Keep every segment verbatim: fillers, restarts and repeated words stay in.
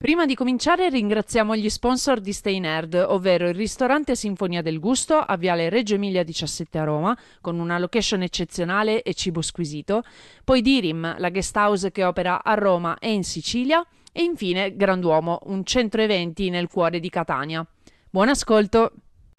Prima di cominciare ringraziamo gli sponsor di Stay Nerd, ovvero il ristorante Sinfonia del Gusto a Viale Reggio Emilia diciassette a Roma, con una location eccezionale e cibo squisito, poi Dirim, la guest house che opera a Roma e in Sicilia, e infine Granduomo, un centro eventi nel cuore di Catania. Buon ascolto!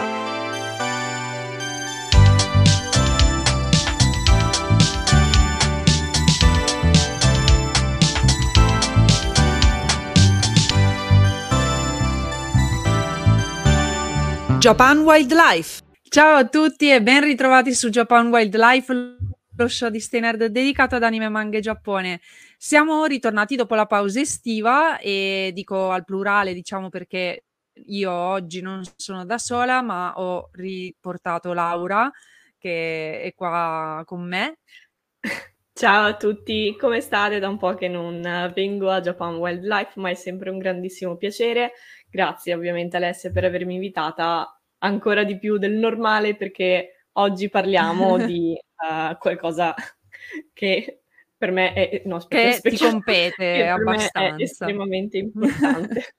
Japan Wildlife. Ciao a tutti e ben ritrovati su Japan Wildlife, lo show di Stay Nerd dedicato ad anime, manga e Giappone. Siamo ritornati dopo la pausa estiva e dico al plurale, diciamo, perché io oggi non sono da sola, ma ho riportato Laura che è qua con me. Ciao a tutti, come state? Da un po' che non vengo a Japan Wildlife, ma è sempre un grandissimo piacere. Grazie ovviamente Alessia per avermi invitata ancora di più del normale, perché oggi parliamo di uh, qualcosa che per me è, no, aspetta, che ti compete che per abbastanza. me è estremamente importante.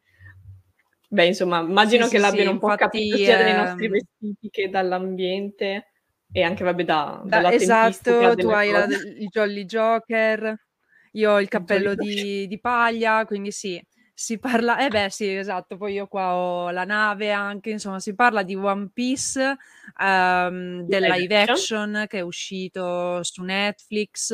Beh, insomma, immagino sì, che sì, l'abbiano sì, un po' infatti, capito sia dai nostri ehm... vestiti che dall'ambiente e anche, vabbè, da, Da, dalla tempistica esatto, tu della hai la, cosa. il Jolly Joker, io ho il cappello Il di, di paglia, quindi sì, si parla, eh beh sì, esatto, poi io qua ho la nave anche, insomma, si parla di One Piece, um, del live action che è uscito su Netflix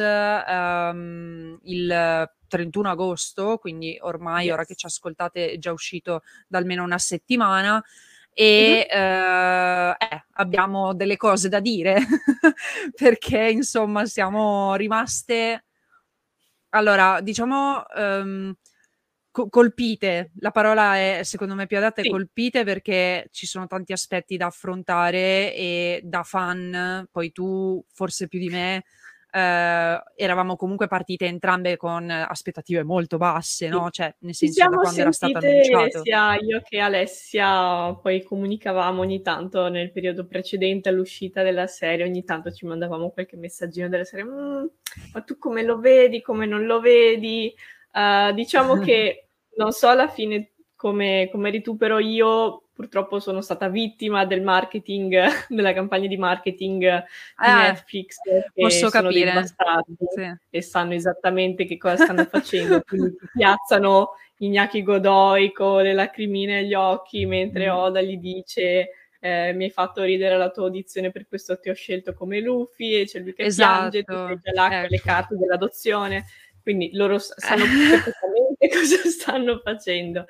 um, il trentuno agosto, quindi ormai yes. ora che ci ascoltate è già uscito da almeno una settimana. E uh-huh. eh, eh, abbiamo delle cose da dire perché insomma siamo rimaste, allora diciamo um, co- colpite, la parola è secondo me più adatta, è sì. Colpite, perché ci sono tanti aspetti da affrontare e da fan, poi tu forse più di me Uh, eravamo comunque partite entrambe con aspettative molto basse, sì. No? Cioè, nel senso, da quando era stato annunciato. Sia io che Alessia poi comunicavamo ogni tanto nel periodo precedente all'uscita della serie, ogni tanto ci mandavamo qualche messaggino della serie, mm, ma tu come lo vedi, come non lo vedi? Uh, diciamo che, non so alla fine come, come eri tu, però io purtroppo sono stata vittima del marketing, della campagna di marketing di eh, Netflix, che posso sono capire. dei bastardi, sì. E sanno esattamente che cosa stanno facendo, quindi ti piazzano Iñaki Godoy con le lacrimine agli occhi mentre mm. Oda gli dice eh, mi hai fatto ridere la tua audizione, per questo ti ho scelto come Luffy, e c'è lui che esatto. piange, tu sei già là ecco. con le carte dell'adozione, quindi loro sanno perfettamente cosa stanno facendo.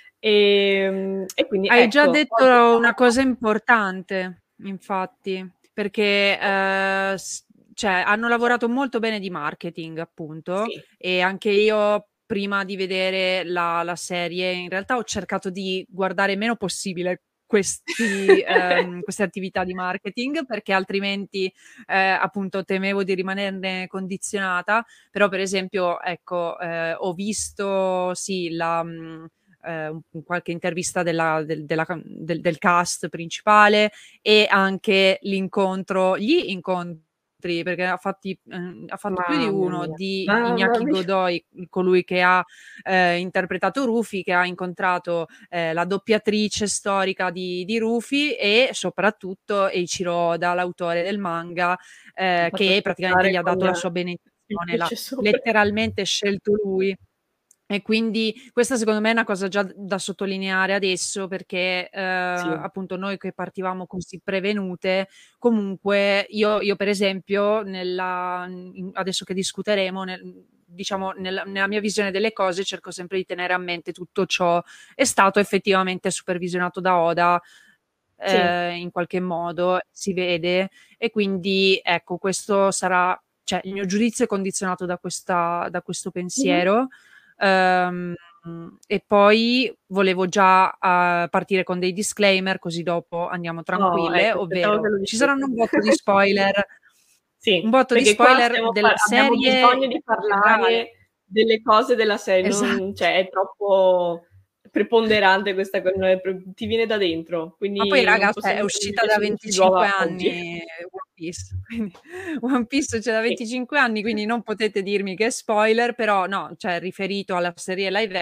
E, e quindi, hai ecco, già detto una cosa importante, infatti, perché eh, cioè, hanno lavorato molto bene di marketing, appunto, sì. E anche io prima di vedere la, la serie in realtà ho cercato di guardare meno possibile questi, ehm, queste attività di marketing, perché altrimenti eh, appunto temevo di rimanerne condizionata. Però per esempio, ecco, eh, ho visto sì la mh, eh, qualche intervista della, del, della, del, del cast principale, e anche l'incontro, gli incontri, perché ha, fatti, eh, ha fatto Mamma più di uno mia. Di Iñaki Godoy, colui che ha eh, interpretato Rufy, che ha incontrato eh, la doppiatrice storica di, di Rufy, e soprattutto Eiichiro Oda, l'autore del manga, eh, che praticamente gli ha dato la sua benedizione, l'ha letteralmente scelto lui. E quindi questa secondo me è una cosa già da sottolineare adesso, perché eh, sì. appunto noi che partivamo così prevenute, comunque io, io per esempio nella, adesso che discuteremo, nel, diciamo nella, nella mia visione delle cose cerco sempre di tenere a mente tutto ciò è stato effettivamente supervisionato da Oda eh, sì. in qualche modo, si vede, e quindi ecco, questo sarà, cioè il mio giudizio è condizionato da, questa, da questo pensiero. Mm-hmm. Um, e poi volevo già uh, partire con dei disclaimer, così dopo andiamo tranquille, oh, ecco, ovvero ci saranno un botto di spoiler, sì, un botto di spoiler della par- serie. Abbiamo bisogno di parlare delle cose della serie, esatto. Non, cioè è troppo preponderante questa cosa, ti viene da dentro. Quindi ma poi ragazzi è uscita da venticinque anni One Piece, quindi One Piece c'è da venticinque sì. anni, quindi non potete dirmi che è spoiler, però no, cioè riferito alla serie live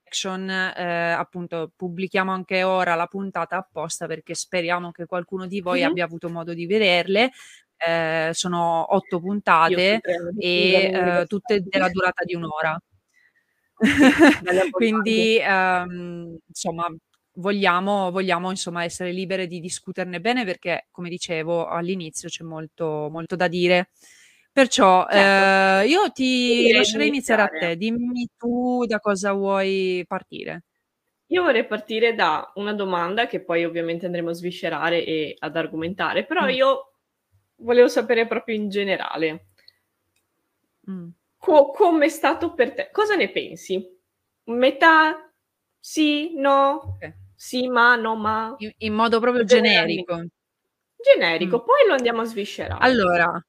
action, eh, appunto pubblichiamo anche ora la puntata apposta perché speriamo che qualcuno di voi Mm-hmm. abbia avuto modo di vederle. Eh, sono otto Io puntate spero di e eh, tutte della durata di un'ora. Sì, belle abbondanti. Quindi ehm, insomma vogliamo, vogliamo insomma essere libere di discuterne bene perché, come dicevo all'inizio, c'è molto, molto da dire. Perciò Certo. eh, io Io ti direi di lascerei iniziare a te. iniziare. Dimmi tu da cosa vuoi partire. Io vorrei partire da una domanda che poi ovviamente andremo a sviscerare e ad argomentare, però Mm. io volevo sapere proprio in generale. Mm. Co- come è stato per te? Cosa ne pensi? Metà? Sì? No? Ok. Sì, ma, no, ma? In, in modo proprio Generali- generico. Generico, Mm. poi lo andiamo a sviscerare. Allora,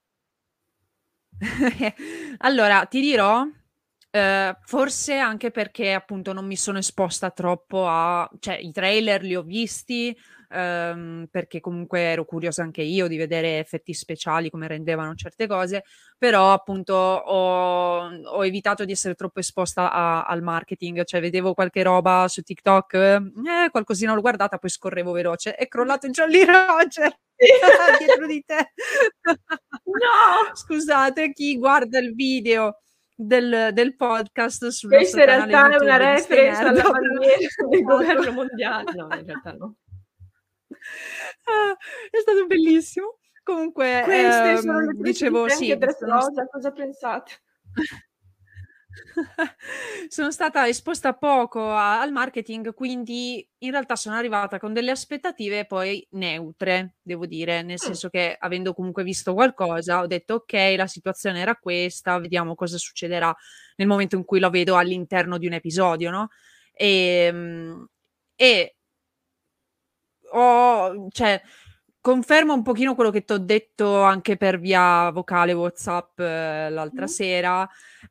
allora ti dirò, eh, forse anche perché appunto non mi sono esposta troppo a, cioè i trailer li ho visti, ehm, perché comunque ero curiosa anche io di vedere effetti speciali, come rendevano certe cose, però appunto ho, ho evitato di essere troppo esposta a- al marketing, cioè vedevo qualche roba su TikTok, eh, qualcosina l'ho guardata, poi scorrevo veloce, è crollato il Jolly Roger dietro di te. No! Scusate chi guarda il video del, del podcast sul Questa nostro in canale realtà è una YouTube di Stay reference Nerd. alla bandiera del governo mondiale. No, in realtà no. Ah, è stato bellissimo. Comunque, Queste sono le ehm, dicevo preferite anche sì, Dress sono Rosa, cosa pensate? sono stata esposta poco a- al marketing, quindi in realtà sono arrivata con delle aspettative poi neutre, devo dire, nel Mm, senso che avendo comunque visto qualcosa, ho detto ok, la situazione era questa, vediamo cosa succederà nel momento in cui lo vedo all'interno di un episodio, no? E, e ho, cioè, confermo un pochino quello che ti ho detto anche per via vocale WhatsApp eh, l'altra mm, sera.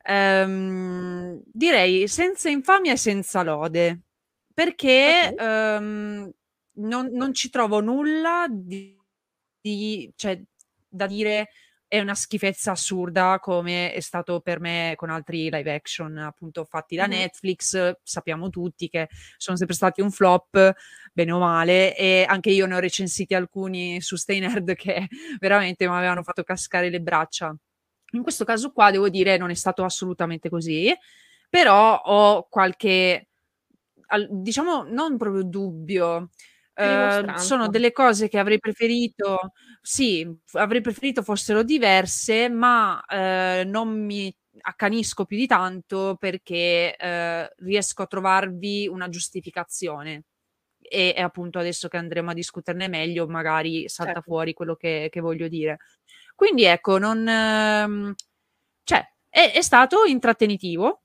Ehm, direi senza infamia e senza lode, perché ok. ehm, non, non ci trovo nulla di, di- cioè, da dire è una schifezza assurda come è stato per me con altri live action appunto fatti da Mhm. Netflix. Sappiamo tutti che sono sempre stati un flop bene o male, e anche io ne ho recensiti alcuni su Stay Nerd che veramente mi avevano fatto cascare le braccia. In questo caso qua devo dire non è stato assolutamente così, però ho qualche, al- diciamo, non proprio dubbio. Eh, sono Rimostranza. delle cose che avrei preferito, sì, f- avrei preferito fossero diverse, ma eh, non mi accanisco più di tanto perché eh, riesco a trovarvi una giustificazione e, e appunto adesso che andremo a discuterne meglio, magari salta Certo. fuori quello che, che voglio dire. Quindi ecco, non, ehm, cioè, è, è stato intrattenitivo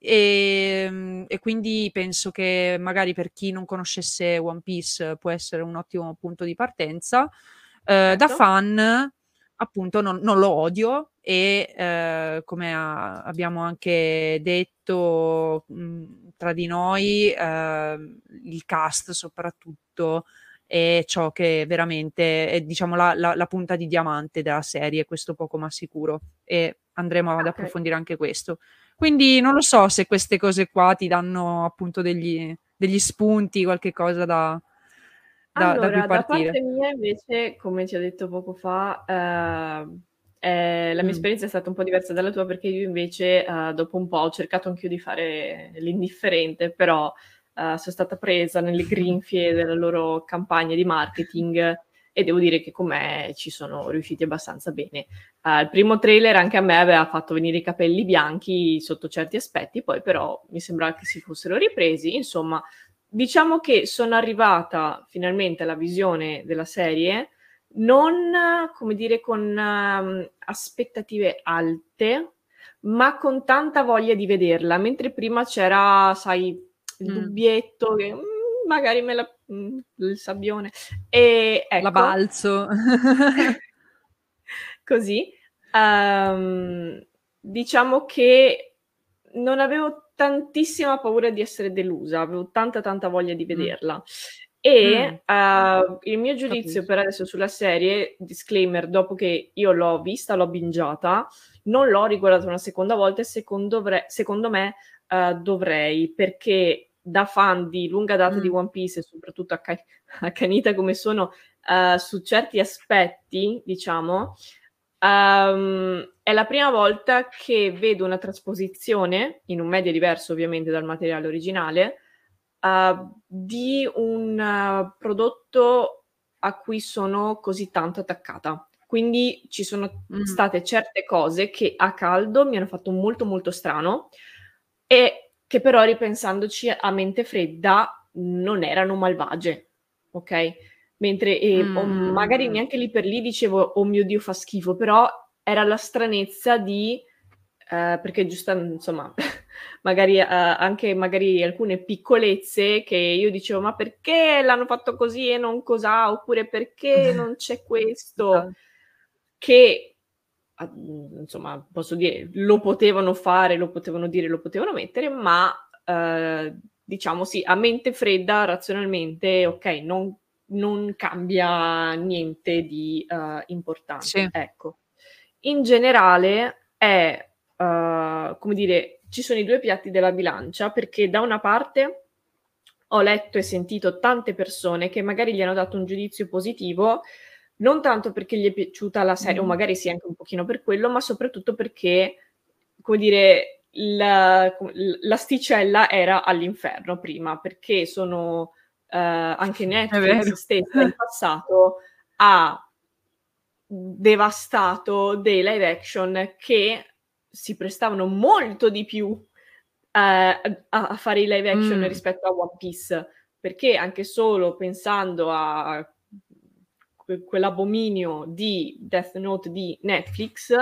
e, e quindi penso che magari per chi non conoscesse One Piece può essere un ottimo punto di partenza. Eh, da Certo. fan, appunto, non, non lo odio e eh, come ha- abbiamo anche detto mh, tra di noi, eh, il cast soprattutto è ciò che veramente è, diciamo, la, la- la punta di diamante della serie, questo poco ma sicuro, e andremo ad Ok. approfondire anche questo. Quindi non lo so se queste cose qua ti danno appunto degli, degli spunti, qualche cosa da, da- da cui Allora, da partire. parte mia invece, come ti ho detto poco fa, ehm, eh, la mia Mm. esperienza è stata un po' diversa dalla tua perché io invece, eh, dopo un po' ho cercato anch'io di fare l'indifferente, però eh, sono stata presa nelle grinfie della loro campagna di marketing e devo dire che con me ci sono riusciti abbastanza bene. Eh, il primo trailer anche a me aveva fatto venire i capelli bianchi sotto certi aspetti, poi però mi sembrava che si fossero ripresi, insomma. Diciamo che sono arrivata finalmente alla visione della serie non, come dire, con ehm, aspettative alte, ma con tanta voglia di vederla, mentre prima c'era, sai, il Mm. dubbietto che "Mm, magari me la... mm, il sabbione". E La ecco, balzo. così. Ehm, diciamo che non avevo tantissima paura di essere delusa, avevo tanta tanta voglia di Mm. vederla. Mm. E eh, il mio giudizio per Capisco. adesso sulla serie, disclaimer, dopo che io l'ho vista, l'ho bingiata, non l'ho riguardata una seconda volta e secondo, vre- secondo me eh, dovrei, perché da fan di lunga data Mm. di One Piece, e soprattutto acca- accanita come sono uh, su certi aspetti, diciamo, um, è la prima volta che vedo una trasposizione, in un media diverso ovviamente dal materiale originale, uh, di un uh, prodotto a cui sono così tanto attaccata. Quindi ci sono Mm. state certe cose che a caldo mi hanno fatto molto molto strano, e che però, ripensandoci a mente fredda, non erano malvagie, ok? Mentre eh, o Mm. magari neanche lì per lì dicevo oh mio Dio fa schifo, però era la stranezza di eh, perché giusto, insomma, magari eh, anche magari alcune piccolezze che io dicevo ma perché l'hanno fatto così e non cos'ha, oppure perché non c'è questo, Esatto. che ah, insomma posso dire lo potevano fare, lo potevano dire, lo potevano mettere, ma eh, diciamo sì, a mente fredda, razionalmente, ok, non, non cambia niente di uh, importante, Sì. ecco. In generale è, uh, come dire, ci sono i due piatti della bilancia, perché da una parte ho letto e sentito tante persone che magari gli hanno dato un giudizio positivo, non tanto perché gli è piaciuta la serie, Mm. o magari sì anche un pochino per quello, ma soprattutto perché, come dire, la, l'asticella era all'inferno prima, perché sono uh, anche Netflix stessa in passato ha devastato dei live action che si prestavano molto di più eh, a, a fare i live action Mm. rispetto a One Piece, perché anche solo pensando a que- quell'abominio di Death Note di Netflix,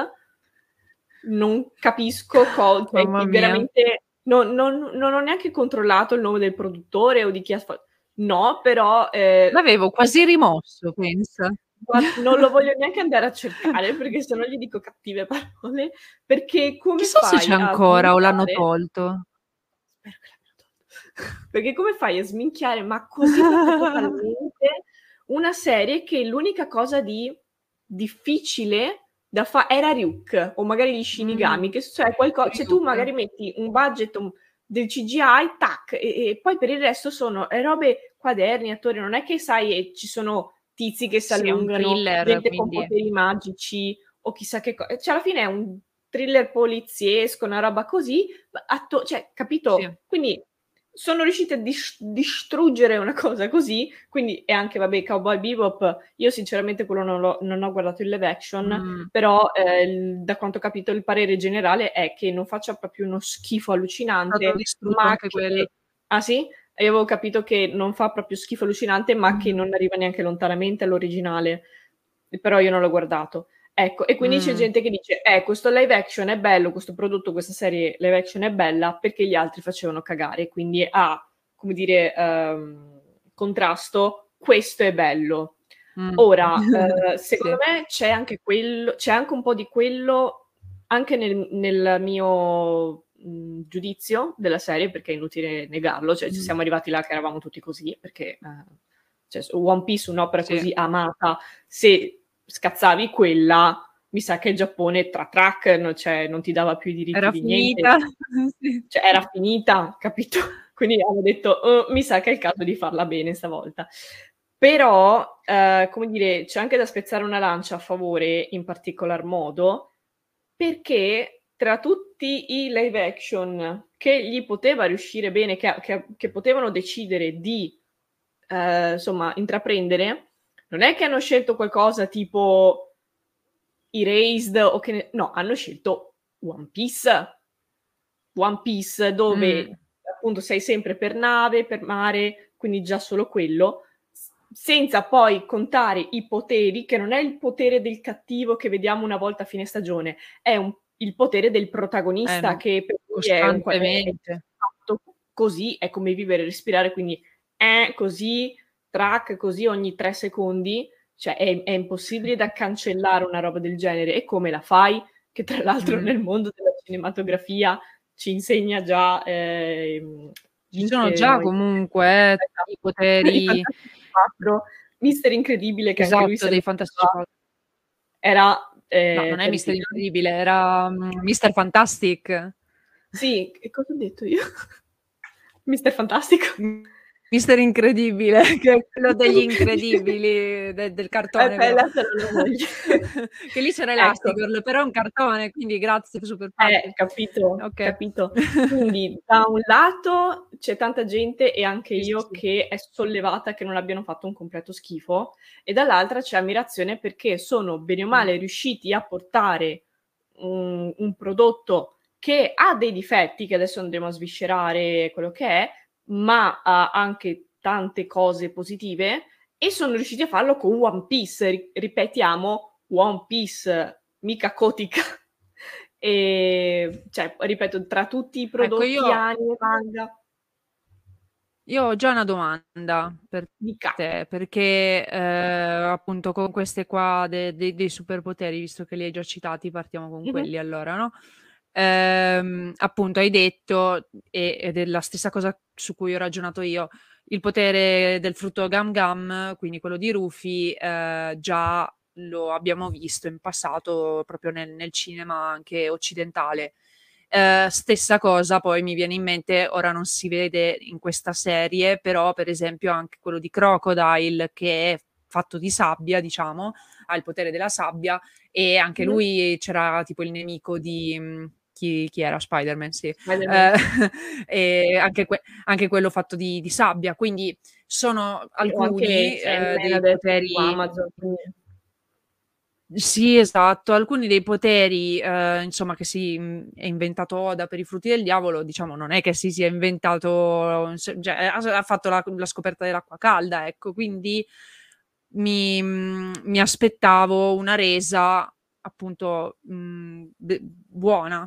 non capisco cosa, cioè, Mamma mia. veramente non, non, non ho neanche controllato il nome del produttore o di chi ha fatto, no, però eh, L'avevo quasi rimosso, pensa. ma non lo voglio neanche andare a cercare, perché se no gli dico cattive parole, perché come Chissà se c'è fai a ancora o l'hanno sminchiare, tolto. spero che l'abbiano tolto, perché come fai a sminchiare, ma così proprio totalmente, una serie che l'unica cosa di difficile da fare era Ryuk, o magari gli Shinigami, Mm. che cioè qualcosa, cioè tu Ryuk. magari metti un budget un- del C G I, tac, e, e poi per il resto sono eh, robe, quaderni, attori, non è che sai, e ci sono tizi che si Sì, è un allungano, thriller, gente con quindi poteri magici o chissà che cosa. Cioè, alla fine è un thriller poliziesco, una roba così, atto- cioè, capito? sì. Quindi sono riusciti a dis- distruggere una cosa così, quindi e anche, vabbè, Cowboy Bebop, io sinceramente quello non, l'ho, non ho guardato il live action, Mm. però eh, il- da quanto ho capito il parere generale è che non faccia proprio uno schifo È allucinante, stato distrutto ma anche quello. che... Ah sì? Io avevo capito che non fa proprio schifo allucinante, ma Mm. che non arriva neanche lontanamente all'originale. Però io non l'ho guardato. Ecco, e quindi c'è Mm. gente che dice, eh, questo live action è bello, questo prodotto, questa serie live action è bella, perché gli altri facevano cagare. Quindi ha, come dire, ehm, contrasto, questo è bello. Mm. Ora, eh, secondo Sì. me c'è anche quello, c'è anche un po' di quello anche nel, nel mio mh, giudizio della serie, perché è inutile negarlo, cioè ci Mm. siamo arrivati là che eravamo tutti così, perché eh, cioè, One Piece, un'opera Sì. così amata, se scazzavi quella, mi sa che il Giappone tra track non, cioè, non ti dava più i diritti Era di finita. niente, Sì. cioè era finita, capito? Quindi hanno detto, oh, mi sa che è il caso di farla bene stavolta. Però, eh, come dire, c'è anche da spezzare una lancia a favore, in particolar modo, perché tra tutti i live action che gli poteva riuscire bene, che, che, che potevano decidere di, eh, insomma, intraprendere, non è che hanno scelto qualcosa tipo Erased o che ne... no, hanno scelto One Piece. One Piece dove Mm. appunto sei sempre per nave, per mare, quindi già solo quello, senza poi contare i poteri, che non è il potere del cattivo che vediamo una volta a fine stagione, è un, il potere del protagonista Eh, che per lui è, un, è, è costantemente. fatto così, è come vivere e respirare, quindi è così, track così ogni tre secondi, cioè è, è impossibile da cancellare una roba del genere. E come la fai? Che tra l'altro Mm. nel mondo della cinematografia ci insegna già eh, Ci sono eh, già no, i comunque eh, i poteri, Fantastici quattro, Mister Incredibile, che anche lui esatto, se lo dei Fantastici faceva, quattro. era No, eh, non è Mister terrificante. Incredibile, era mm, Mister Fantastic. Sì, che cosa ho detto io? mister Fantastico. mister Incredibile, che è quello degli incredibili de del cartone, Eh, però. quella se non lo voglio. Che lì c'era Ecco. Elastigirl, però è un cartone, quindi grazie super Eh, facile. capito, Okay. capito. Quindi da un lato c'è tanta gente, e anche Sì, sì, io, sì. che è sollevata che non abbiano fatto un completo schifo, e dall'altra c'è ammirazione perché sono bene o Mh. male riusciti a portare un un prodotto che ha dei difetti, che adesso andremo a sviscerare quello che è, ma ha anche tante cose positive, e sono riusciti a farlo con One Piece. Ri ripetiamo, One Piece, mica Kotick. Ehm, cioè, ripeto, tra tutti i Ecco, prodotti io anime, manga io ho già una domanda per Dica. te, perché, ehm, appunto con queste qua de de dei superpoteri, visto che li hai già citati, partiamo con Mh-mh. quelli allora, no, ehm, appunto hai detto, e ed è la stessa cosa su cui ho ragionato io, il potere del frutto Gum Gum, quindi quello di Rufy, ehm, già lo abbiamo visto in passato proprio nel nel cinema anche occidentale. Ehm, stessa cosa poi mi viene in mente, ora non si vede in questa serie, però per esempio anche quello di Crocodile, che è fatto di sabbia, diciamo, ha il potere della sabbia, e anche Mh-mh. lui c'era tipo il nemico di mhmm, chi chi era? Spider-Man, sì. Spider-Man, Ehm, sì. e anche que anche quello fatto di di sabbia, quindi sono Sì, o anche alcuni, ehm, Sandman dei adesso su poteri Amazon, quindi sì, esatto. Alcuni dei poteri, ehm, insomma che si mhmm, è inventato Oda per i frutti del diavolo, diciamo non è che si sia inventato s cioè ha s ha fatto la la scoperta dell'acqua calda, ecco. Quindi mi mhmm, mi aspettavo una resa appunto, mhmm, b buona.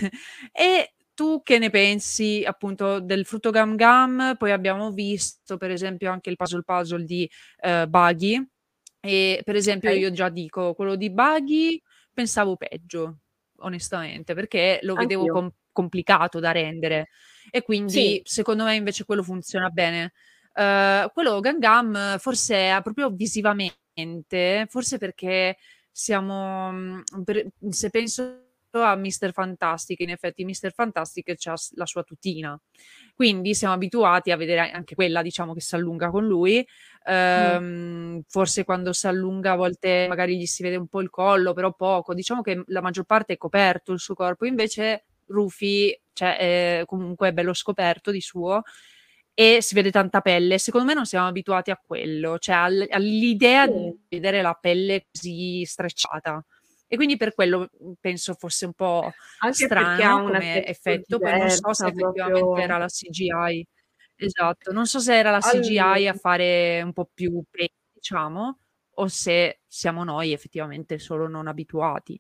E tu che ne pensi appunto del frutto Gum Gum? Poi abbiamo visto per esempio anche il Puzzle Puzzle di, ehm, Buggy, e per esempio Okay. io già dico, quello di Buggy pensavo peggio, onestamente, perché lo vedevo Anch'io. com complicato da rendere, e quindi Sì. secondo me invece quello funziona bene. Ehm, quello Gum Gum forse a proprio visivamente, forse perché siamo mhmm, per se penso a mister Fantastic, in effetti mister Fantastic c'ha s la sua tutina, quindi siamo abituati a vedere anche quella, diciamo, che s'allunga con lui. Mh. Ehm, forse quando s'allunga a volte magari gli si vede un po' il collo, però poco. Diciamo che la maggior parte è coperto il suo corpo, invece Rufy, cioè, è comunque bello scoperto di suo e si vede tanta pelle. Secondo me non siamo abituati a quello, cioè al all'idea di Sì. vedere la pelle così strecciata. E quindi per quello, mhmm, penso fosse un po' Anche perché ha strano una come texture effetto, poi non so se diversa, effettivamente proprio era la C G I. Esatto, non so se era la C G I a Allora fare un po' più diciamo, o se siamo noi effettivamente solo non abituati.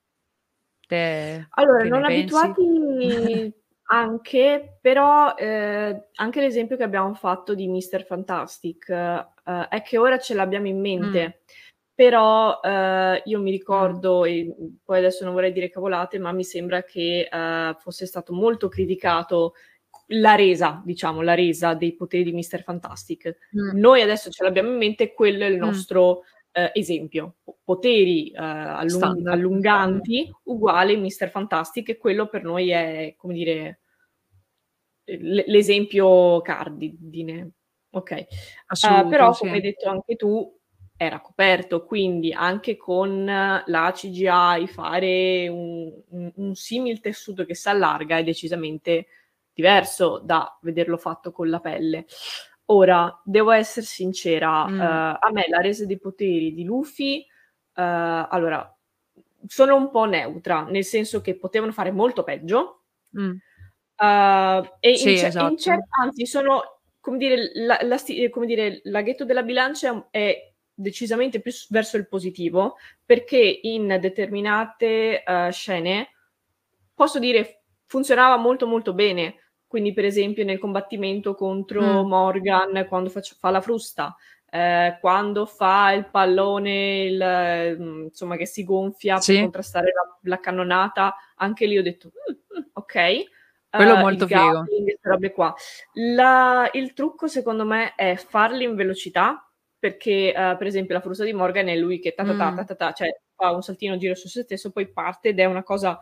Te Allora, che ne non pensi? abituati anche, però, ehm, anche l'esempio che abbiamo fatto di mister Fantastic, uhm, è che ora ce l'abbiamo in Mh. mente, però, uhm, io mi Mh. ricordo e, mhmm, poi adesso non vorrei dire cavolate, ma mi sembra che, uhm, fosse stato molto criticato la resa, diciamo, la resa dei poteri di mister Fantastic. Mh. Noi adesso ce l'abbiamo in mente, quello è il Mh. nostro, ehm, esempio. Po poteri, uhm, allung Standard, diciamo. allunganti uguale mister Fantastic, e quello per noi è, come dire ehm, l'e l'esempio cardidine, okay. Uhm, Assoluto, però come hai sì. detto anche tu, era coperto, quindi anche con la C G I fare un un un simil tessuto che s'allarga è decisamente diverso da vederlo fatto con la pelle. Ora, devo esser sincera, Mh. uhm, a me la resa dei poteri di Luffy, uhm, allora, sono un po' neutra, nel senso che potevano fare molto peggio Mh. uhm, e in Sì, ce in cer esatto. anzi sono, come dire, la la sti come dire, il laghetto della bilancia è decisamente più s verso il positivo, perché in determinate, uhm, scene, posso dire, f funzionava molto, molto bene. Quindi per esempio nel combattimento contro Mh. Morgan quando fac fa la frusta, ehm, quando fa il pallone, il mhmm, insomma che si gonfia per Sì. contrastare la la cannonata, anche lì ho detto: "Mh, mh, okay." Quello Uhm, il molto figo. Gatling, 'ste robe qua. La il trucco secondo me è farli in velocità, perché, uhm, per esempio la frusta di Morgan è lui che ta ta ta, ta Mh. ta ta, cioè fa un saltino, gira su se stesso, poi parte ed è una cosa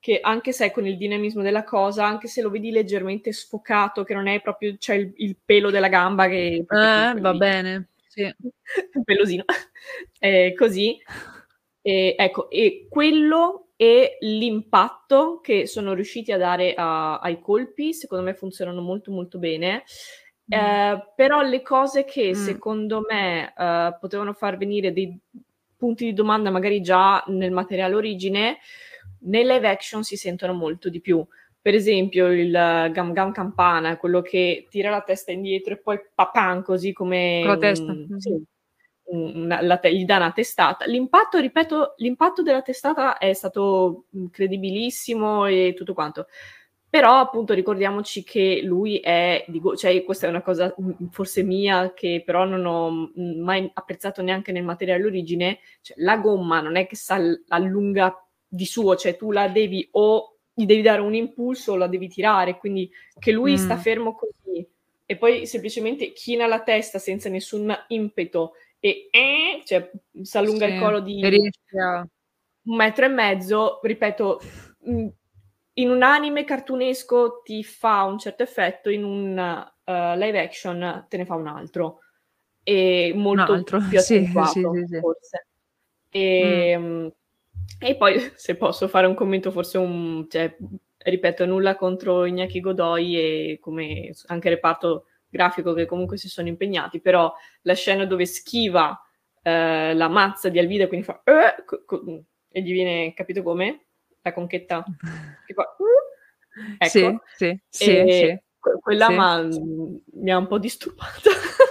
che anche se con il dinamismo della cosa, anche se lo vedi leggermente sfocato, che non è proprio c'è il il pelo della gamba che Eh, va bene, sì. pelosino, ehm, così. E ecco, e quello e l'impatto che sono riusciti a dare a ai colpi, secondo me funzionano molto, molto bene. Mh. Ehm, però le cose che Mh. secondo me, uhm, potevano far venire dei punti di domanda magari già nel materiale origine, nei live action si sentono molto di più. Per esempio il Gam Gam Campana, quello che tira la testa indietro e poi papam, così come Con la testa. un sì, Mh-mh. un una la te gli dà una testata. L'impatto, ripeto, l'impatto della testata è stato, mhmm, credibilissimo e tutto quanto. Però appunto ricordiamoci che lui è di go cioè questa è una cosa, mhmm, forse mia, che però non ho, mhmm, mai apprezzato neanche nel materiale origine, cioè la gomma non è che s'al allunga di suo, cioè tu la devi o gli devi dare un impulso o la devi tirare, quindi che lui sta Mh. fermo così e poi semplicemente china la testa senza nessun impeto e cioè s'allunga Sì, il collo e di riesce a un metro e mezzo, ripeto, mhmm, in un anime cartoonesco ti fa un certo effetto, in un, uhm, live action te ne fa un altro, e Un molto altro, più sì, sì, accentuato sì, sì. forse. Mh. Ehm, e poi se posso fare un commento, forse un cioè, ripeto, nulla contro Iñaki Godoy e come s anche il reparto grafico che comunque si sono impegnati, però la scena dove schiva, ehm, la mazza di Alvida e quindi fa "Uh", co co mhmm, e gli viene capito come? La conchetta che fa "Uh", Sì, ecco, sì, sì, ehm, sì, que quella sì. m'ha mhmm, mi ha un po' disturbata.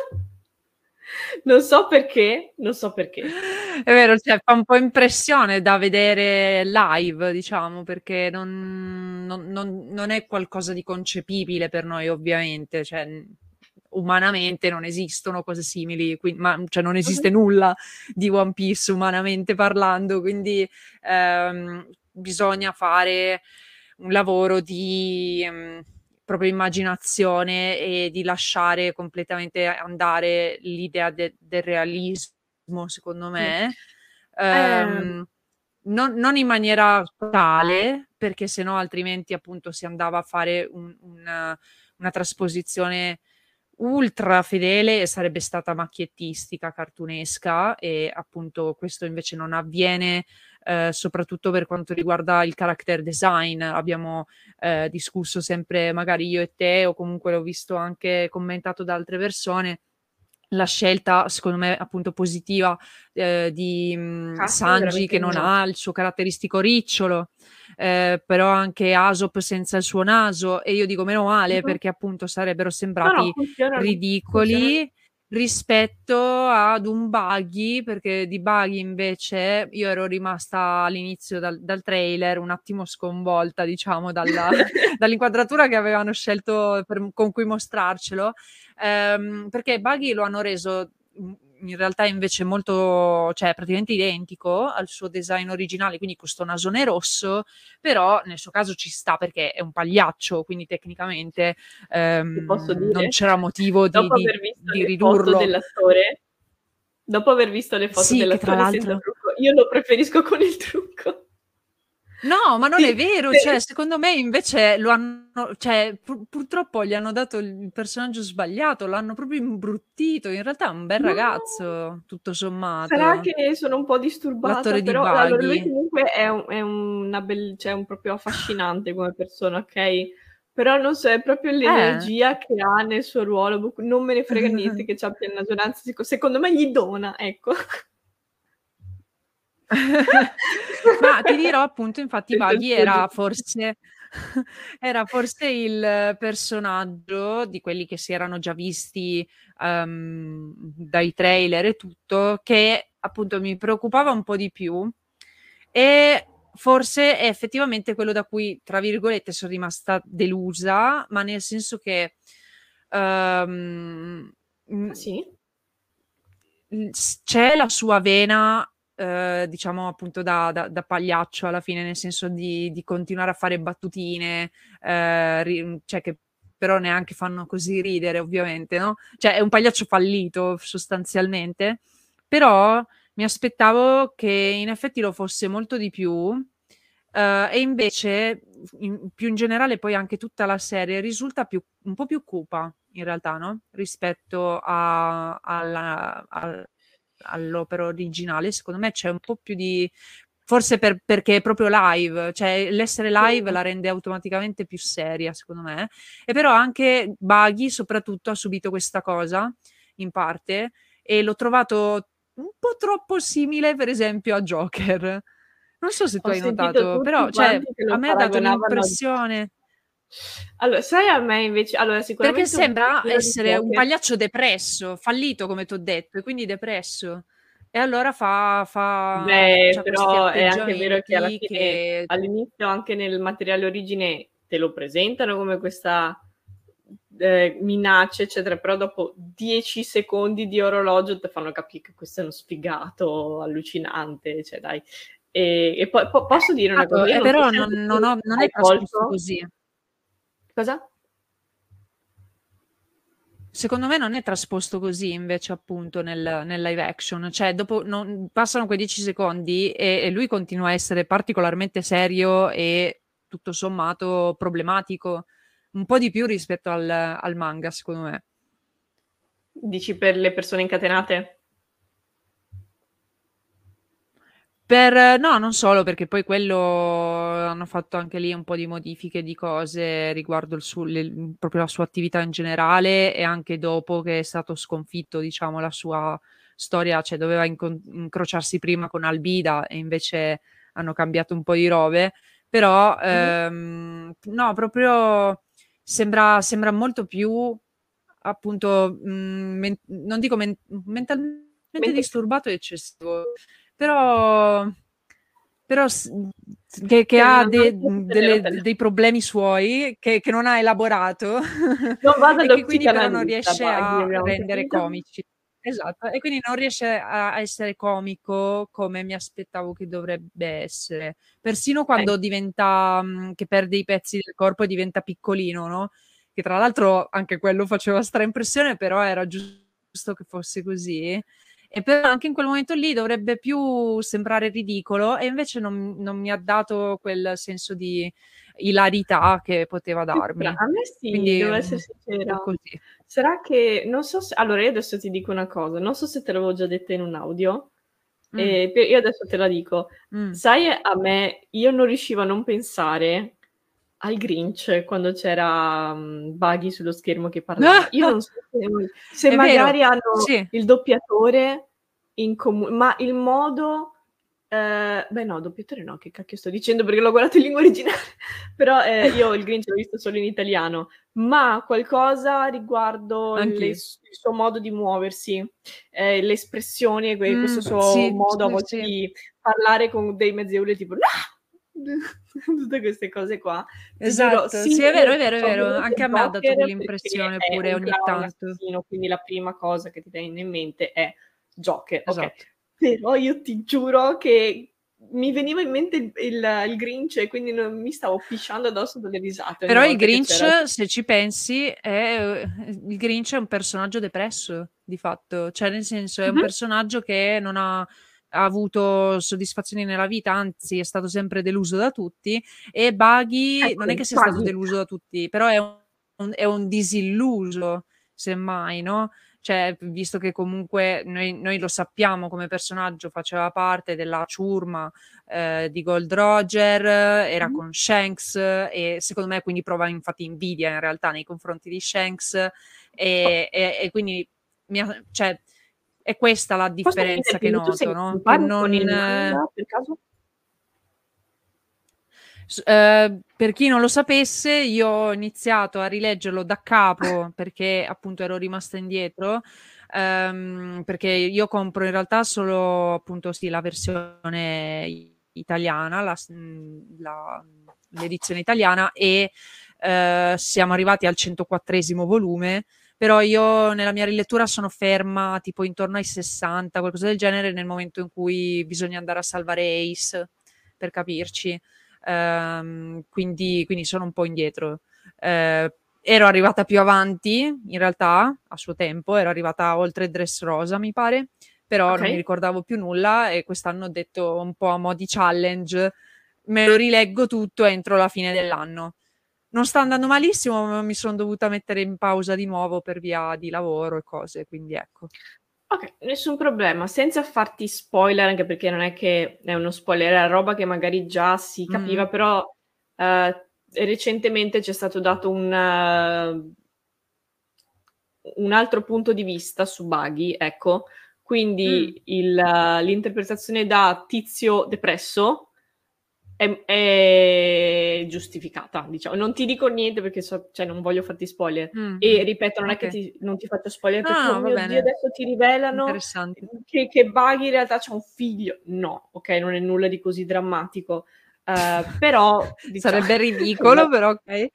Non so perché, non so perché. È vero, cioè fa un po' impressione da vedere live, diciamo, perché non non non non è qualcosa di concepibile per noi ovviamente, cioè, mhmm, umanamente non esistono cose simili, qui ma cioè non Mh-mh. esiste nulla di One Piece umanamente parlando, quindi, ehm, bisogna fare un lavoro di, mhmm, proprio immaginazione e di lasciare completamente andare l'idea de del realismo, secondo Sì. me, Ehm ehm, non non in maniera totale, perché se no altrimenti appunto si andava a fare un un una trasposizione ultra fedele e sarebbe stata macchiettistica, cartoonesca e appunto questo invece non avviene, ehm, soprattutto per quanto riguarda il character design. Abbiamo, ehm, discusso sempre magari io e te, o comunque l'ho visto anche commentato da altre persone, la scelta secondo me appunto positiva, ehm, di, mhmm, Casting Sanji veramente che non ignoto. ha il suo caratteristico ricciolo, ehm, però anche Aesop senza il suo naso e io dico meno male Mh-mh. perché appunto sarebbero No, no, sembrati funzionano, funzionano. ridicoli rispetto ad un Buggy, perché di Buggy invece io ero rimasta all'inizio dal dal trailer un attimo sconvolta diciamo dalla dall'inquadratura che avevano scelto per con cui mostrarcelo, ehm, perché Buggy lo hanno reso, mhmm, in realtà invece molto cioè praticamente identico al suo design originale, quindi con 'sto nasone rosso, però nel suo caso ci sta perché è un pagliaccio, quindi tecnicamente, Ti posso ehm, non dire? c'era motivo di Dopo di aver visto di le foto ridurlo. dell'attore dopo aver visto le foto Sì, che tra dell'attore senza l'altro trucco, io lo preferisco con il trucco. No, ma non è Sì, vero, se cioè secondo me invece lo hanno cioè pur purtroppo gli hanno dato il personaggio sbagliato, l'hanno proprio imbruttito. In realtà è un bel No! ragazzo, tutto Sarà sommato. che sono un po' disturbata, L'attore di però allora lui Buggy. comunque è un è una bel cioè un proprio affascinante come persona, okay, però non so, è proprio Eh. l'energia che ha nel suo ruolo, boh, non me ne frega niente che c'abbia il naso, anzi seco secondo me gli dona, ecco. Ma ti dirò appunto infatti Senza il Buggy suo era giudizio. forse era forse il personaggio di quelli che si erano già visti, uhm, dai trailer e tutto, che appunto mi preoccupava un po' di più e forse è effettivamente quello da cui, tra virgolette, "son rimasta delusa", ma nel senso che, uhm, Ah mhmm sì? Mhmm, s c'è la sua vena, uhm, diciamo appunto da da da pagliaccio alla fine, nel senso di di continuare a fare battutine, ehm, ri mhmm, cioè che però neanche fanno così ridere ovviamente, no, cioè è un pagliaccio fallito sostanzialmente, però mi aspettavo che in effetti lo fosse molto di più, Uh, e invece, in, più in generale, poi anche tutta la serie risulta più, un po' più cupa, in realtà, no? Rispetto a, alla, al, all'opera originale. Secondo me c'è un po' più di... Forse per, perché è proprio live, cioè l'essere live la rende automaticamente più seria, secondo me. E però anche Buggy, soprattutto, ha subito questa cosa, in parte, e l'ho trovato un po' troppo simile, per esempio, a Joker. Non so se tu Ho hai sentito notato, tutti però cioè, quanti che a lo me ha dato paragonavano a l'impressione... Allora, sai a me invece allora Perché sicuramente un sembra pochino di essere un Joker pagliaccio depresso, fallito come t'ho detto, e quindi depresso. E allora fa fa Beh, c'ha questi però è anche vero che alla atteggiamenti fine che all'inizio anche nel materiale origine te lo presentano come questa, ehm, minaccia, eccetera, però dopo dieci secondi di orologio te fanno capì che questo è uno sfigato allucinante, cioè dai. E e poi po posso dire una cosa, esatto, io e non so però se non anche non tu ho non è hai trasposto colto così. Cosa? Secondo me non è trasposto così invece appunto nel nel live action, cioè dopo non passano quei dieci secondi e e lui continua a essere particolarmente serio e tutto sommato problematico, un po' di più rispetto al al manga secondo me. Dici per le persone incatenate? Per no, non solo, perché poi quello hanno fatto anche lì un po' di modifiche di cose riguardo il suo le mhmm, proprio la sua attività in generale e anche dopo che è stato sconfitto, diciamo, la sua storia, cioè doveva incon incrociarsi prima con Albeida e invece hanno cambiato un po' di robe. Però, Mh-mh. ehm, no, proprio sembra sembra molto più appunto, mhmm, men non dico men mentalmente Mente disturbato è eccessivo, però però s mhmm, che che Che ha non non de so se mhmm, te ne delle d dei problemi suoi che che non ha elaborato Non va e dallo che quindi però non psicanalista riesce Buggy, a abbiamo rendere capito. comici. Esatto, e quindi non riesce a a essere comico come mi aspettavo che dovrebbe essere. Persino Okay. quando diventa mhmm, che perde i pezzi del corpo e diventa piccolino, no, che tra l'altro anche quello faceva stra impressione, però era giusto che fosse così. E però anche in quel momento lì dovrebbe più sembrare ridicolo e invece non non mi ha dato quel senso di ilarità che poteva Che stra darmi. a me sì, Quindi devo un essere un po' sincera. così. Sarà che non so se allora io adesso ti dico una cosa, non so se te l'avevo già detta in un audio, Mh. ehm, pe io adesso te la dico. Mh. Sai a me io non riuscivo a non pensare al Grinch quando c'era, mhmm, Buggy sullo schermo che parlava. Io non so se voi se È vero, magari hanno sì. il doppiatore in comu ma il modo ehm, beh no, doppiatore no, che cacchio sto dicendo perché l'ho guardato in lingua originale, però, ehm, io il Grinch l'ho visto solo in italiano, ma qualcosa riguardo le Anch'io. s il suo modo di muoversi, ehm, le espressioni e que questo Mh, suo sì, modo a sì, volte sì. di parlare con dei mezzi urli tipo tutte queste cose qua. Ti giuro, Esatto, sì, sì, è vero, io è vero, è c'ho vero. presente Anche a me ha dato Joker perché quell'impressione è pure un ogni clown tanto. assassino, quindi la prima cosa che ti viene in mente è Joker, okay. Esatto. Però io ti giuro che mi veniva in mente il il il Grinch e quindi non mi stavo pisciando addosso dalle risate ogni Però il volta che c'era Grinch, se ci pensi, è uhm, il Grinch è un personaggio depresso di fatto, cioè nel senso è un Mh-mh. personaggio che non ha ha avuto soddisfazioni nella vita, anzi è stato sempre deluso da tutti e Buggy non è Ecco, che sia stato Buggy. deluso da tutti, però è un è un disilluso semmai, no, cioè visto che comunque noi noi lo sappiamo come personaggio, faceva parte della ciurma, ehm, di Gold Roger, era Mh-mh. con Shanks e secondo me quindi prova infatti invidia in realtà nei confronti di Shanks, Po e e e quindi mi ha cioè è questa la Posso differenza che chiederti, tu sei noto, in no, che pari con il non manga per caso? S ehm, per chi non lo sapesse, io ho iniziato a rileggerlo da capo perché appunto ero rimasta indietro, ehm, perché io compro in realtà solo appunto sì, la versione i italiana, la s mhmm, la mhmm, l'edizione italiana e, ehm, siamo arrivati al centoquattresimo volume, però io nella mia rilettura sono ferma tipo intorno ai sessanta, qualcosa del genere, nel momento in cui bisogna andare a salvare Ace, per capirci. Ehm, quindi quindi sono un po' indietro. Ehm, ero arrivata più avanti in realtà, a suo tempo, ero arrivata oltre Dressrosa mi pare, però non mi Okay. ricordavo più nulla e quest'anno ho detto un po' a mo' di challenge, me lo rileggo tutto entro la fine dell'anno. Non sta andando malissimo, ma mi son dovuta mettere in pausa di nuovo per via di lavoro e cose, quindi ecco. Okay, nessun problema. Senza farti spoiler, anche perché non è che è uno spoiler, è roba che magari già si capiva, Mh-mh. però, ehm, recentemente c'è stato dato un un altro punto di vista su Buggy, ecco. Mh. Quindi il l'interpretazione da tizio depresso è è giustificata, diciamo. Non ti dico niente perché so cioè non voglio farti spoiler. E Mh-mh. ripeto, non è che Okay. ti non ti faccio spoiler perché: "Oh Ah, va mio Dio, bene. adesso ti rivelano Interessante. che che Buggy in realtà c'ha un figlio." No, okay, non è nulla di così drammatico. Ehm, però dicia Sarebbe ridicolo, però okay.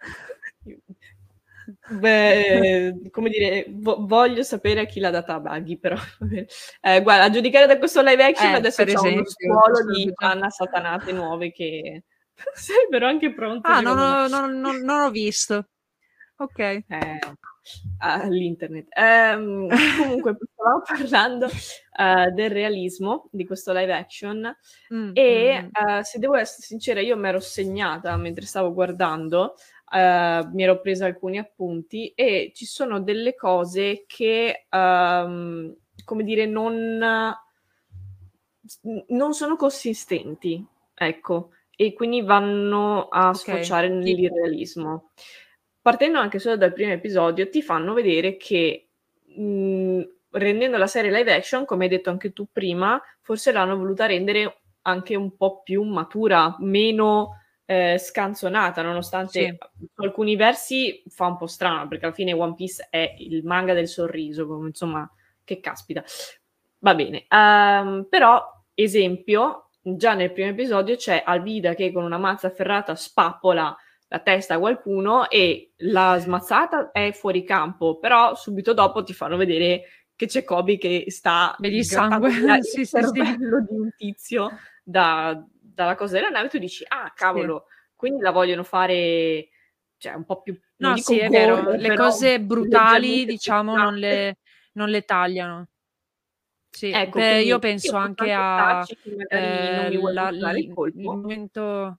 Beh, come dire, vo voglio sapere a chi l'ha data Buggy, però vabbè. Ehm, guarda, a giudicare da questo live action Eh, adesso per c'ha uno esempio, ci stuolo di sarebbe già Gianna Satanate nuove che sarebbero anche pronte Ah, non secondo me. ho non non non ho visto. Okay. Eh, all'internet. Ehm, comunque stavamo parlando, ehm, del realismo di questo live action Mh, e, mh-mh. ehm, se devo esse sincera, io m'ero segnata mentre stavo guardando, ehm, mi ero presa alcuni appunti e ci sono delle cose che, ehm, come dire, non s n non sono consistenti, ecco, e quindi vanno a Okay, sfociare tipo? nell'irrealismo. Partendo anche solo dal primo episodio, ti fanno vedere che, mhmm, rendendo la serie live action, come hai detto anche tu prima, forse l'hanno voluta rendere anche un po' più matura, meno, ehm, scanzonata, nonostante Sì. a su alcuni versi fa un po' strano, perché alla fine One Piece è il manga del sorriso, come insomma, che caspita. Va bene, uhm, però esempio, già nel primo episodio c'è Alvida che con una mazza ferrata spappola la testa a qualcuno e la smazzata è fuori campo, però subito dopo ti fanno vedere che c'è Koby che sta Vedi il grattando sangue? via il Sì, sì, sì. cervello di un tizio da dalla cosa della nave e tu dici: "Ah, Sì. cavolo, quindi la vogliono fare cioè un po' più, non No, sì, dico è vero. gore, Le però cose brutali, leggermente più diciamo, non straffe." le non le tagliano. Sì, Ecco, beh, io quindi io penso posso anche anche a, starci che magari non mi ehm, vuoi la mostrare il il il colpo. momento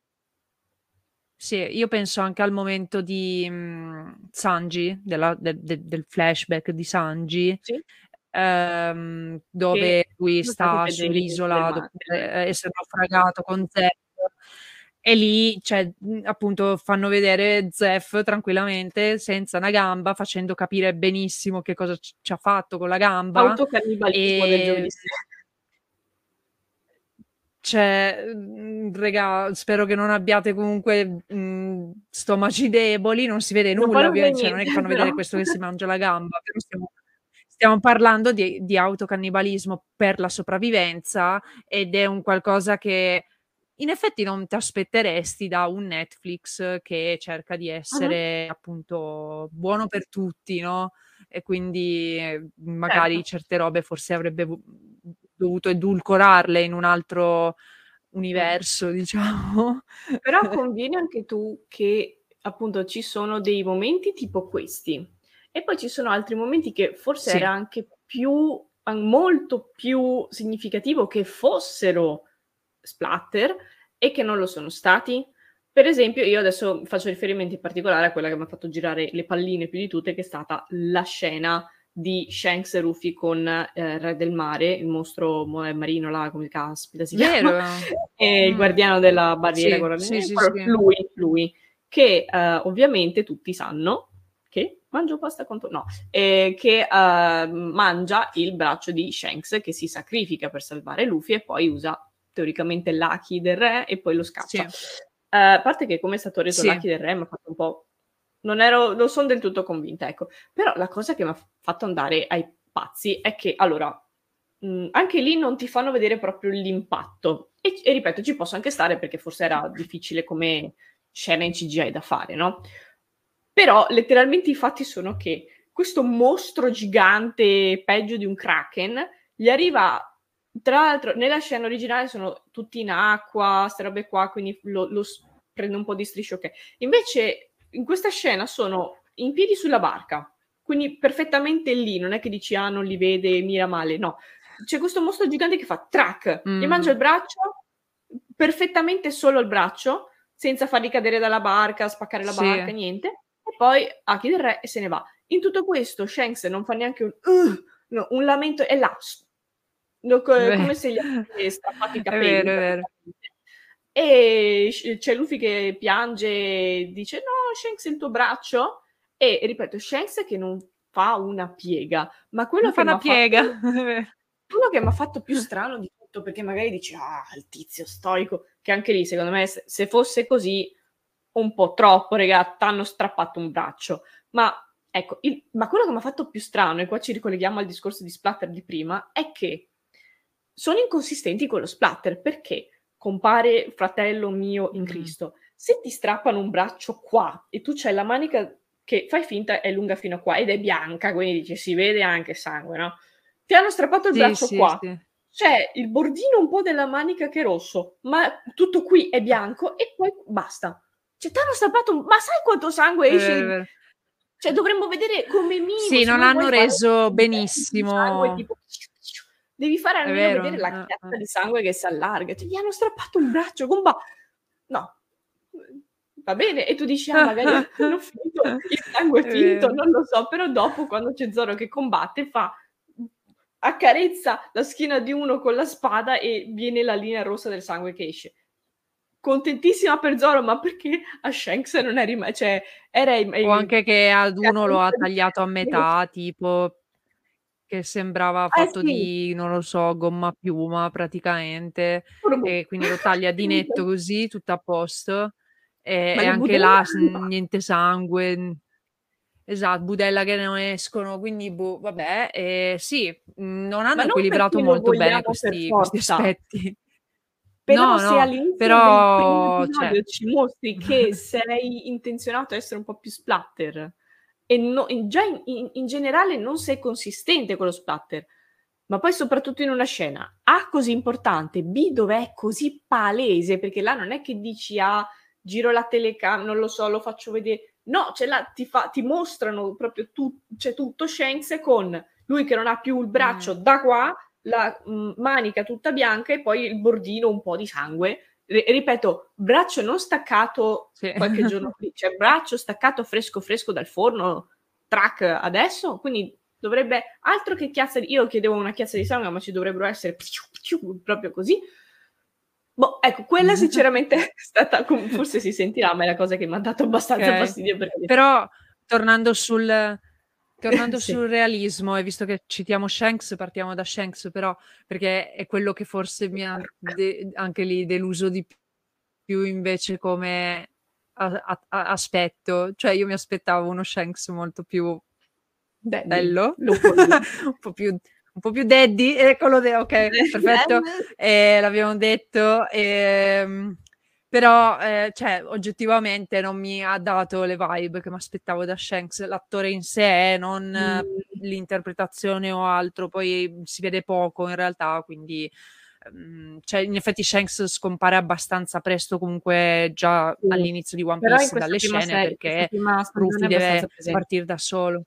Sì, io penso anche al momento di, mhmm, Sanji, della de de del flashback di Sanji, Sì. ehm, Che dove lui sono stati i sta peggiori mesi del sull'isola ma dopo del e essere naufragato con Zeff e lì, cioè, mhmm, appunto fanno vedere Zeff tranquillamente senza una gamba, facendo capire benissimo che cosa c ci ha fatto con la gamba, Autocannibalismo del ehm giovedì sera. cioè, mhmm, regà, spero che non abbiate comunque, mhmm, stomaci deboli, non si vede Non puoi nulla non vedere ovviamente, cioè non è che niente, fanno però. vedere questo che si mangia la gamba, però stiamo stiamo parlando di di autocannibalismo per la sopravvivenza ed è un qualcosa che in effetti non t'aspetteresti da un Netflix che cerca di Mh-mh. essere appunto buono per tutti, no, e quindi, ehm, magari Certo. certe robe forse avrebbe vu dovuto edulcorarle in un altro Mh. universo, diciamo. Però convieni anche tu che, appunto, ci sono dei momenti tipo questi e poi ci sono altri momenti che forse era Sì. anche più an molto più significativo che fossero splatter e che non lo sono stati. Per esempio, io adesso faccio riferimento in particolare a quella che m'ha fatto girare le palline più di tutte, che è stata la scena di Shanks e Rufy con, ehm, Re del Mare, il mostro mo ehm, marino là, come caspita si chiama, Vero? ehm, il Mh. guardiano della barriera Sì, sì, sì, quello sì. lui, lui, che, ehm, ovviamente tutti sanno che mangio pasta con to no, ehm, che, uhm, mangia il braccio di Shanks che si sacrifica per salvare Luffy e poi usa teoricamente l'Haki del re e poi lo scaccia. Sì. Ehm, a parte che come è stato reso Sì. l'Haki del re m'ha fatto un po' non ero non son del tutto convinta, ecco. Però la cosa che m'ha f fatto andare ai pazzi è che allora, mhmm, anche lì non ti fanno vedere proprio l'impatto e c e ripeto, ci posso anche stare perché forse era difficile come scena in C G I da fare, no, però letteralmente i fatti sono che questo mostro gigante, peggio di un kraken, gli arriva tra l'altro nella scena originale sono tutti in acqua, 'ste robe qua, quindi lo lo s prende un po' di strisce, okay. Invece in questa scena sono in piedi sulla barca, quindi perfettamente lì, non è che dici: "Ah, non li vede, mira male", no. C'è questo mostro gigante che fa trac, gli mangia Mh. il braccio, perfettamente solo il braccio, senza farli cadere dalla barca, spaccare la Sì. barca, niente, e poi Haki del re e se ne va. In tutto questo Shanks non fa neanche un "uh", no, un lamento, è là, s no, co Beh, come se gli avesse strappato i è capelli vero, è vero. praticamente. E sc c'è Luffy che piange e dice: "No, Shanks il tuo braccio?" E ripeto, Shanks che non fa una piega, ma quello Non fa che una m'ha fatto piega. quello che m'ha fatto più strano di tutto, perché magari dici: "Ah, il tizio stoico", che anche lì secondo me se se fosse così un po' troppo regà, t'hanno strappato un braccio. Ma ecco, il ma quello che m'ha fatto più strano, e qua ci ricolleghiamo al discorso di splatter di prima, è che sono inconsistenti con lo splatter, perché compare fratello mio in Mh. Cristo, se ti strappano un braccio qua e tu c'hai la manica che fai finta è lunga fino a qua ed è bianca, quindi dici si vede anche sangue, no, ti hanno strappato il Sì, braccio sì, qua, sì. c'è il bordino un po' della manica che è rosso, ma tutto qui è bianco e poi basta. Cioè t'hanno strappato un ma sai quanto sangue È vero, è esce? vero. Cioè dovremmo vedere come minimo, Sì, se non non vuoi hanno fare reso di sangue benissimo. tipo devi fare È almeno vero, vedere la eh-eh. chiazza di sangue che s'allarga, cioè gli hanno strappato un braccio con ba no, uhm, va bene, e tu dici: "Ah, magari hanno finto il sangue È finto", vero. non lo so, però dopo quando c'è Zoro che combatte fa mhmm, accarezza la schiena di uno con la spada e viene la linea rossa del sangue che esce. Contentissima per Zoro, ma perché a Shanks non è rima cioè era im O ehm, anche che ad uno lo ha cadenza di tagliato a metà, tipo, che sembrava Eh fatto sì. di, non lo so, gomma a piuma praticamente, Furbo. e quindi lo taglia di netto così, tutto a posto, e Ma e le anche budella là s niente sangue, n esa budella che non escono, quindi boh, vabbè, ehm, sì, mhmm, non Ma hanno non equilibrato perché lo molto bene vogliamo per questi questi forza. aspetti. Però No, se no, all'inizio del primo però cioè episodio ci mostri che sei intenzionato a essere un po' più splatter e no in già in in in generale non sei consistente con lo splatter, ma poi soprattutto in una scena A così importante, B dove è così palese, perché là non è che dici: "Ah, giro la telecam non lo so, lo faccio vede" no, cioè là ti fa ti mostrano proprio tu cioè tutto Shanks con lui che non ha più il braccio Mh. da qua, la, mhmm, manica tutta bianca e poi il bordino un po' di sangue. Ri ripeto, braccio non staccato Sì. qualche giorno pri cioè braccio staccato fresco, fresco dal forno, trac, adesso, quindi dovrebbe altro che chiazza di io chiedevo una chiazza di sangue, ma ci dovrebbero essere proprio così. Boh, ecco, quella sinceramente è stata com forse si sentirà, ma è la cosa che m'ha dato abbastanza Okay. fastidio perché ho detto Però tornando sul tornando Sì. sul realismo, e visto che citiamo Shanks, partiamo da Shanks però, perché è quello che forse mi ha de anche lì deluso di più invece come a a a aspetto. Cioè io mi aspettavo uno Shanks molto più Daddy, bello, luppolo. un po' più un po' più daddy, eccolo de okay, perfetto, ehm, l'abbiamo detto, ehm, però, ehm, cioè oggettivamente non mi ha dato le vibe che m'aspettavo da Shanks, l'attore in sé, non Mh. l'interpretazione o altro, poi si vede poco in realtà, quindi, ehm, cioè in effetti Shanks scompare abbastanza presto comunque già Sì, all'inizio di One però in Piece questa dalle prima scene, serie questa perché prima stagione è Rufy abbastanza deve presen partir da solo.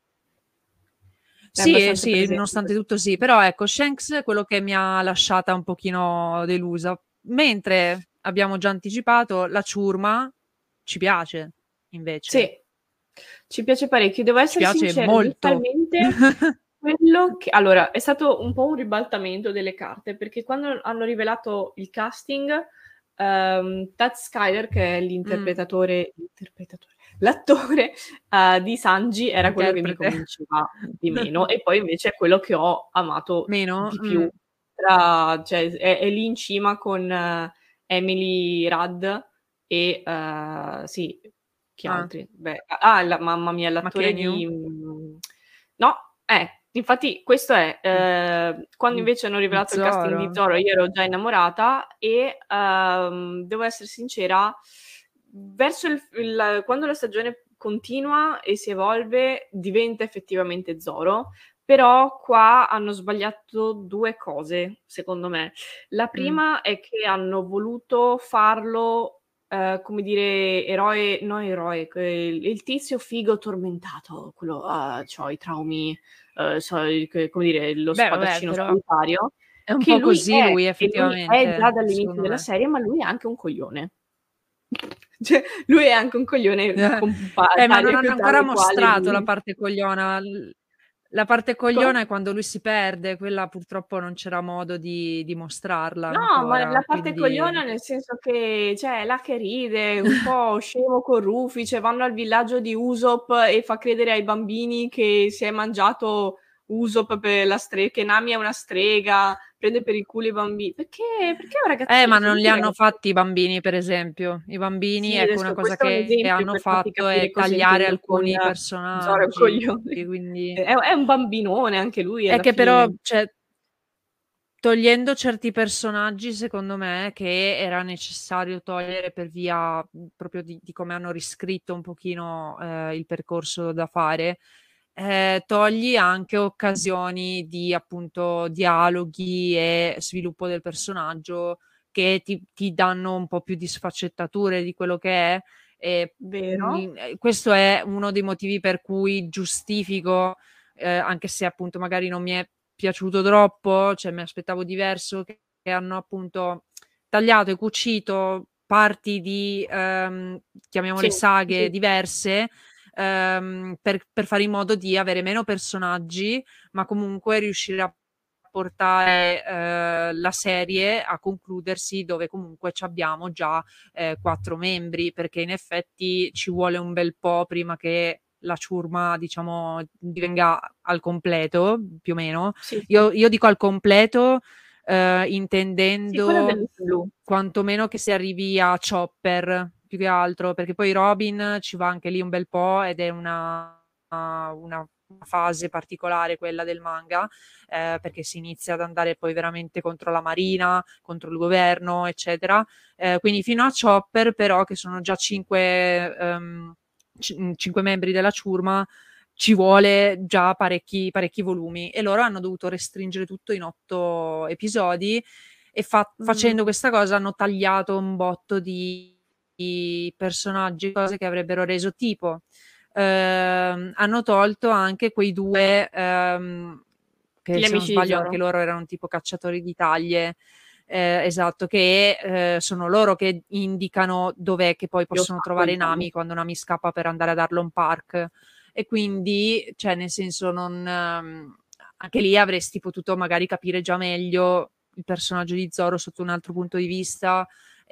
È Sì, abbastanza sì, presente in nonostante questa tutto sì, però ecco Shanks è quello che mi ha lasciata un pochino delusa, mentre abbiamo già anticipato la ciurma ci piace invece. Sì, ci piace parecchio. Devo Ci essere piace sincera, molto. inizialmente quello che allora è stato un po' un ribaltamento delle carte, perché quando hanno rivelato il casting, ehm, Tad Skyler che è Mh. l'interpretatore l'interpretatore, l'attore, uhm, di Sanji era quello che mi Interprete. convinceva di meno e poi invece è quello che ho amato Meno? di più. Mh. Tra cioè è è lì in cima con Emily Rudd e, uhm, sì, chi Ah. altri? Beh, ah, la mamma mia, l'attore McKennu? di mhmm, no, eh, infatti questo è, Mh. ehm, quando Di invece hanno di rivelato il casting di Zoro? Zoro io ero già innamorata e, uhm, devo essere sincera, verso il f il quando la stagione continua e si evolve diventa effettivamente Zoro, però qua hanno sbagliato due cose, secondo me. La Mh. prima è che hanno voluto farlo, ehm, come dire, eroe no eroe, que il tizio figo tormentato, quello: "Ah, c'ho i traumi", uhm, so i che come dire, lo Beh, vabbè, spadaccino però solitario È un che po' lui così è lui e lui è già effettivamente, dall'inizio secondo della me. serie, ma lui è anche un coglione. Cioè, lui è anche un coglione con pa Eh, ma non tale hanno co ancora tale quale mostrato la lui. parte cogliona. L la parte Co cogliona è quando lui si perde, quella purtroppo non c'era modo di di mostrarla No, ma la ancora, parte quindi cogliona nel senso che, cioè, è là che ride, un po' scemo con Rufy, cioè vanno al villaggio di Usopp e fa credere ai bambini che si è mangiato Usopp per la stre che Nami è una strega, prende per il culo i bambi perché perché è un Eh, ragazzino, ma cioè non li tutti i hanno ragazzi fatti i bambini, per esempio. I bambini, Sì, ecco, una adesso cosa questo è un che esempio hanno per farti fatto è capire cosa tagliare intendo con alcuni Zoro è un personaggi, coglione. quindi È è un bambinone anche lui È alla che però, fine. cioè togliendo certi personaggi, secondo me, che era necessario togliere per via, mhmm, proprio di di come hanno riscritto un pochino, ehm, il percorso da fare, ehm, togli anche occasioni di, appunto, dialoghi e sviluppo del personaggio che ti ti danno un po' più di sfaccettature di quello che è, e, Vero. mhmm, ehm, questo è uno dei motivi per cui giustifico, ehm, anche se appunto magari non mi è piaciuto troppo, cioè mi aspettavo diverso, che hanno appunto tagliato e cucito parti di, ehm, Sì, chiamiamole sì, saghe sì. diverse, ehm, per per fare in modo di avere meno personaggi, ma comunque riuscire a portare, ehm, la serie a concludersi dove comunque c'abbiamo già, ehm, quattro membri, perché in effetti ci vuole un bel po' prima che la ciurma, diciamo, divenga al completo, più o meno. Sì, sì. Io io dico al completo, ehm, Sì, quella intendendo dell'East Blue. quantomeno che si arrivi a Chopper, più che altro, perché poi Robin ci va anche lì un bel po' ed è una una fase particolare quella del manga, ehm, perché si inizia ad andare poi veramente contro la marina, contro il governo, eccetera. Ehm, quindi fino a Chopper però, che sono già cinque, ehm, c mhmm, cinque membri della ciurma, ci vuole già parecchi parecchi volumi e loro hanno dovuto restringere tutto in otto episodi e fa facendo Mh. questa cosa hanno tagliato un botto di di personaggi, cose che avrebbero reso tipo, ehm, hanno tolto anche quei due, ehm, che Gli se non amici di sbaglio anche Zoro. loro erano tipo cacciatori di taglie, ehm, esatto, che, ehm, sono loro che indicano dov'è che poi Io ho possono sacco trovare di Nami nomi. quando Nami scappa per andare ad Arlong Park. E quindi, cioè nel senso non mhmm, anche lì avresti potuto magari capire già meglio il personaggio di Zoro sotto un altro punto di vista,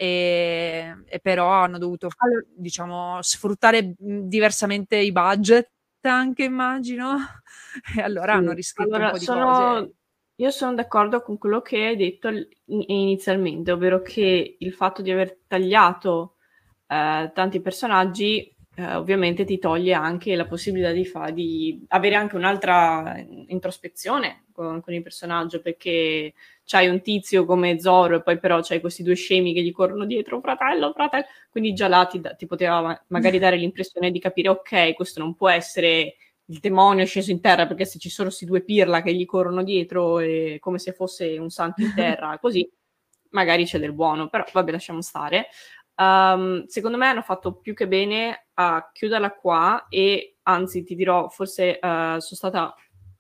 ehm, e però hanno dovuto f Allor diciamo sfruttare, mhmm, diversamente i budget anche immagino, e allora hanno Sì, riscritto un allora po' di sono cose. io son d'accordo con quello che hai detto l i inizialmente, ovvero che il fatto di aver tagliato, ehm, tanti personaggi, ehm, ovviamente ti toglie anche la possibilità di fa di avere anche un'altra in introspezione con con il personaggio, perché c'hai un tizio come Zoro e poi però c'hai questi due scemi che gli corrono dietro: "Fratello, frate" quindi già là ti da ti poteva ma magari dare l'impressione di capire: "Okay, questo non può essere il demonio sceso in terra, perché se ci sono 'sti due pirla che gli corrono dietro, ehm, come se fosse un santo in terra, così, magari c'è del buono." Però vabbè lasciamo stare. Uhm, secondo me hanno fatto più che bene a chiuderla qua e anzi ti dirò forse, uhm, son stata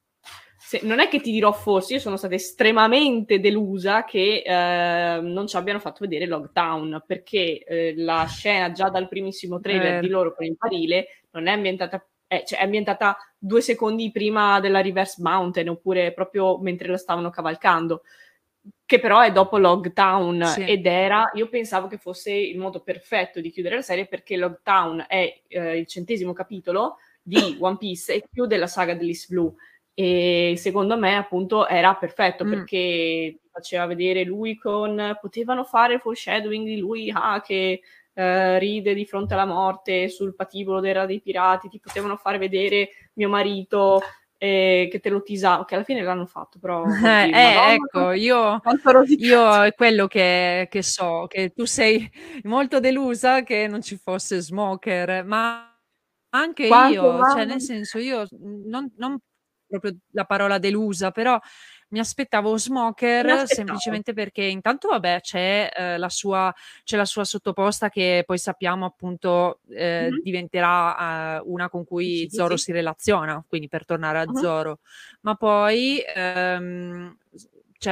se non è che ti dirò forse, io sono stata estremamente delusa che, ehm, non ci abbiano fatto vedere Loguetown, perché, ehm, la scena già dal primissimo È trailer di vero. loro con il barile non è ambientata eh, cioè è ambientata due secondi prima della Reverse Mountain, oppure proprio mentre la stavano cavalcando, che però è dopo Loguetown Sì. ed era io pensavo che fosse il modo perfetto di chiudere la serie, perché Loguetown è, ehm, il centesimo capitolo di One Piece e chiude la saga dell'East Blue. E secondo me appunto era perfetto, Mh. perché faceva vedere lui con potevano fare foreshadowing di lui, ah, che, ehm, ride di fronte alla morte sul patibolo dei Re dei pirati, ti potevano fare vedere mio marito, ehm, che te lo tisa che alla fine l'hanno fatto, però Eh, oddio, eh, madonna ecco, quanto io quanto ho rosicato. io è quello che che so, che tu sei molto delusa che non ci fosse Smoker, ma anche Quanto io, cioè mamma nel mi senso io s mhmm, non non proprio la parola delusa, però mi aspettavo Me Smoker l'aspettavo. semplicemente perché intanto vabbè c'è, ehm, la sua c'è la sua sottoposta che poi sappiamo appunto, ehm, Mh-mh. diventerà, uhm, una con cui Sì, sì, Zoro sì. si relaziona, quindi per tornare a Mh-mh. Zoro. Ma poi, ehm, s cioè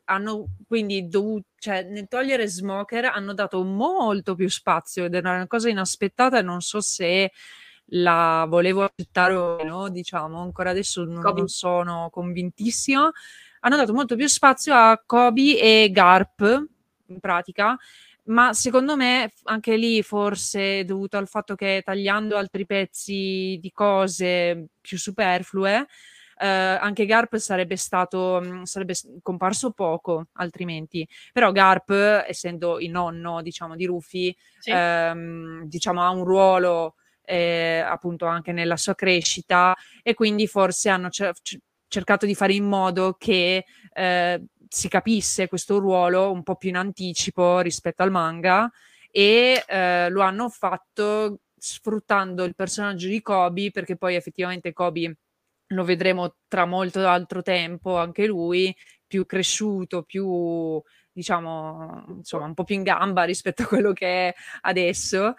hanno quindi dovuto, cioè nel togliere Smoker hanno dato molto più spazio ed era una cosa inaspettata e non so se la volevo accettare o no, diciamo, ancora adesso non, non sono convintissima. Hanno dato molto più spazio a Kobe e Garp, in pratica, ma secondo me anche lì forse dovuto al fatto che tagliando altri pezzi di cose più superflue, eh, anche Garp sarebbe stato sarebbe comparso poco altrimenti, però Garp, essendo il nonno, diciamo, di Rufy, sì. ehm, diciamo ha un ruolo eh, appunto anche nella sua crescita, e quindi forse hanno cer- cercato di fare in modo che eh, si capisse questo ruolo un po' più in anticipo rispetto al manga, e eh, lo hanno fatto sfruttando il personaggio di Kobe, perché poi effettivamente Kobe lo vedremo tra molto altro tempo, anche lui più cresciuto, più diciamo insomma un po' più in gamba rispetto a quello che è adesso,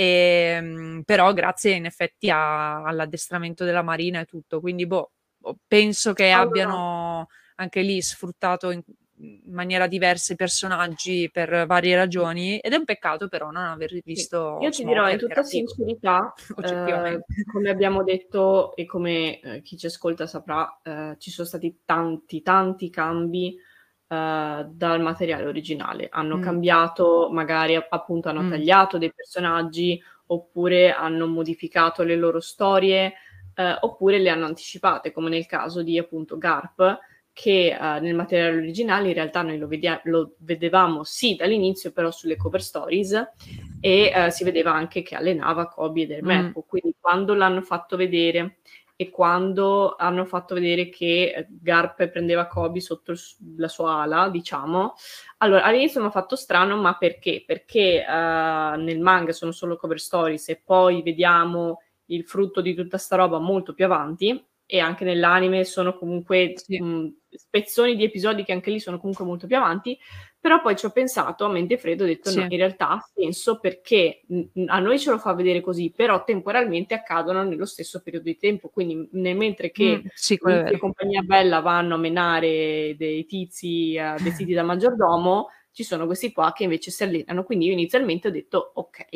e, però grazie in effetti a, all'addestramento della Marina e tutto, quindi boh, penso che allora, abbiano anche lì sfruttato in, in maniera diversa i personaggi per varie ragioni, ed è un peccato però non aver visto io ti Smoker, dirò in tutta sincerità eh, come abbiamo detto e come eh, chi ci ascolta saprà, eh, ci sono stati tanti tanti cambi eh, dal materiale originale, hanno mm. cambiato, magari appunto hanno mm. tagliato dei personaggi oppure hanno modificato le loro storie, eh, oppure le hanno anticipate, come nel caso di appunto Garp, che uh, nel materiale originale in realtà noi lo, vedia- lo vedevamo sì dall'inizio, però sulle cover stories, e uh, si vedeva anche che allenava Kobe ed Ermeppo, mm. quindi quando l'hanno fatto vedere e quando hanno fatto vedere che Garp prendeva Kobe sotto il, la sua ala, diciamo, allora all'inizio mi ha fatto strano, ma perché? Perché uh, nel manga sono solo cover stories e poi vediamo il frutto di tutta sta roba molto più avanti, e anche nell'anime sono comunque sì. mh, spezzoni di episodi che anche lì sono comunque molto più avanti, però poi ci ho pensato a mente fredda, ho detto sì. no, in realtà ha senso, perché mh, a noi ce lo fa vedere così, però temporalmente accadono nello stesso periodo di tempo, quindi nel mentre che mm, sì, in compagnia bella vanno a menare dei tizi uh, vestiti da maggiordomo, ci sono questi qua che invece si allenano, quindi io inizialmente ho detto ok,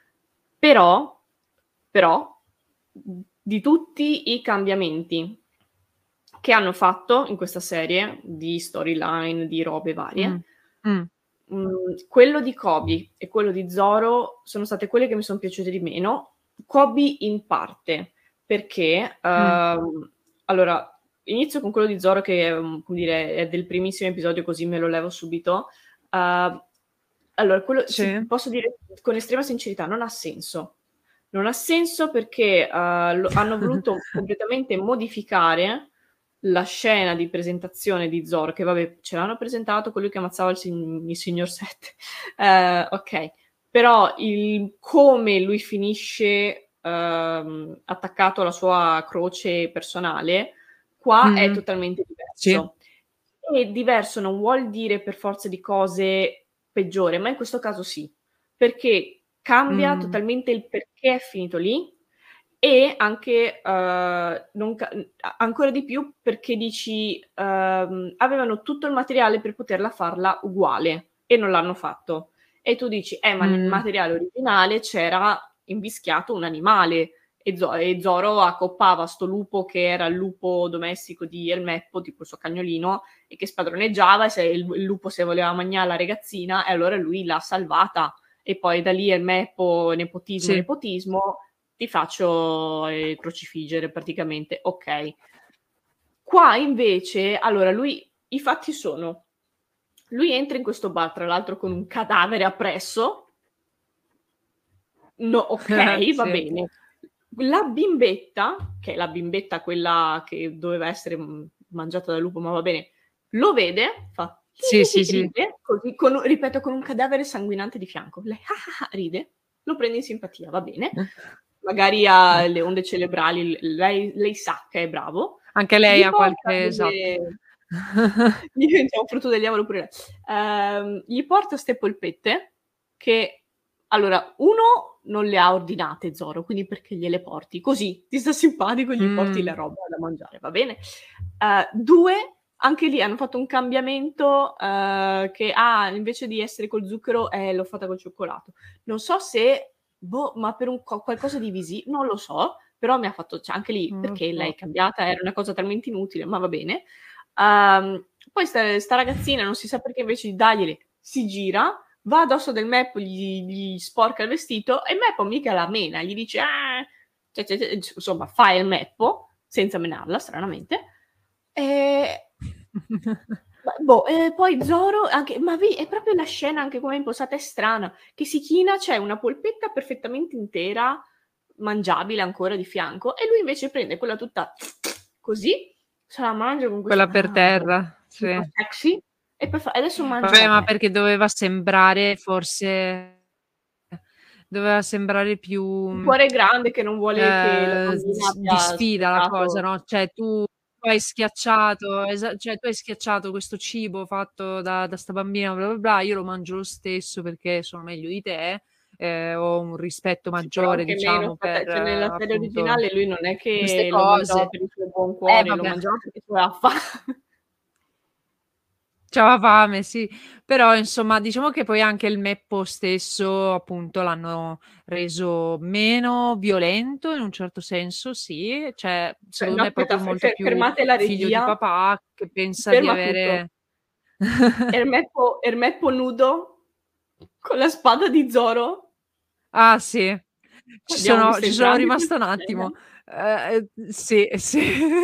però però di tutti i cambiamenti che hanno fatto in questa serie di storyline, di robe varie, mm. Mm. Mh, quello di Kobe e quello di Zoro sono state quelle che mi sono piaciute di meno. Kobe in parte, perché mm. uh, allora inizio con quello di Zoro che come dire, è del primissimo episodio, così me lo levo subito. Uh, allora, quello sì. Sì, posso dire con estrema sincerità, non ha senso. Non ha senso perché uh, lo, hanno voluto completamente modificare la scena di presentazione di Zoro, che vabbè, ce l'hanno presentato colui che ammazzava il, sig- il signor Sette. Uh, ok, però il come lui finisce uh, attaccato alla sua croce personale, qua mm. è totalmente diverso. Sì. E diverso non vuol dire per forza di cose peggiore, ma in questo caso sì, perché cambia mm. totalmente il perché è finito lì, e anche uh, non ca- ancora di più perché dici uh, avevano tutto il materiale per poterla farla uguale e non l'hanno fatto, e tu dici eh ma mm. nel materiale originale c'era invischiato un animale e, Zo- e Zoro accoppava sto lupo che era il lupo domestico di Ermeppo, tipo il suo cagnolino, e che spadroneggiava, e se il, il lupo se voleva mangiare la ragazzina, e allora lui l'ha salvata. E poi da lì Ermeppo, nepotismo, sì. nepotismo, ti faccio eh, crocifiggere praticamente. Ok. Qua invece, allora lui, i fatti sono, lui entra in questo bar, tra l'altro con un cadavere appresso. No, ok, sì. va bene. La bimbetta, che è la bimbetta quella che doveva essere mangiata dal lupo, ma va bene, lo vede, fa sì, sì, sì, ride, sì. Così, con, ripeto, con un cadavere sanguinante di fianco. Lei ah, ah, ride, lo prende in simpatia, va bene. Magari ha le onde cerebrali, lei, lei sa che è bravo. Anche lei ha qualche... Esatto. C'è un frutto del diavolo pure lei. Uh, gli porta ste polpette che, allora, uno non le ha ordinate Zoro, quindi perché gliele porti? Così, ti sta simpatico, gli mm. porti la roba da mangiare, va bene? Uh, due... anche lì hanno fatto un cambiamento, uh, che ah, invece di essere col zucchero eh, l'ho fatta col cioccolato. Non so se, boh, ma per un co- qualcosa di visivo, non lo so, però mi ha fatto, cioè, anche lì, Non lo perché so. l'hai cambiata, era una cosa talmente inutile, ma va bene. Um, poi sta, sta ragazzina, non si sa perché, invece di darglieli, si gira, va addosso del Meppo, gli, gli sporca il vestito, e Meppo mica la mena, gli dice, ah, cioè, cioè, cioè, insomma, fa il Meppo, senza menarla, stranamente. E... boh, e poi Zoro, anche, ma vi, è proprio la scena, anche come è impostata, è strana, che si china, c'è una polpetta perfettamente intera, mangiabile ancora di fianco, e lui invece prende quella tutta così, se la mangia con questo... Quella per ah, terra, sì. sexy, e poi fa, adesso mangia Vabbè, la ma te. perché doveva sembrare forse... Doveva sembrare più... Il cuore grande che non vuole che la eh, bambina di abbia sfida la cosa, sprecato... no? Cioè tu, tu hai schiacciato, esa- cioè tu hai schiacciato questo cibo fatto da, da sta bambina, bla bla bla, io lo mangio lo stesso perché sono meglio di te, eh, ho un rispetto Sì, però maggiore, anche meno, diciamo, frate- per cioè eh, nella serie appunto originale lui non è queste che lo mangiava cose. per il suo buon Eh, cuore, lo vabbè. mangiava perché c'aveva fame. C'aveva fame, sì. Però insomma, diciamo che poi anche il Meppo stesso, appunto, l'hanno reso meno violento in un certo senso, sì. Cioè, Cioè, secondo no, me è aspetta, proprio fe- molto fe- più fermate la figlio di regia, papà che pensa di ferma tutto. avere... Ermeppo, Ermeppo nudo con la spada di Zoro. Ah, sì. Ci Abbiamo sono, visto ci sono entrambi rimasta un questa scena. attimo. Eh, sì, sì.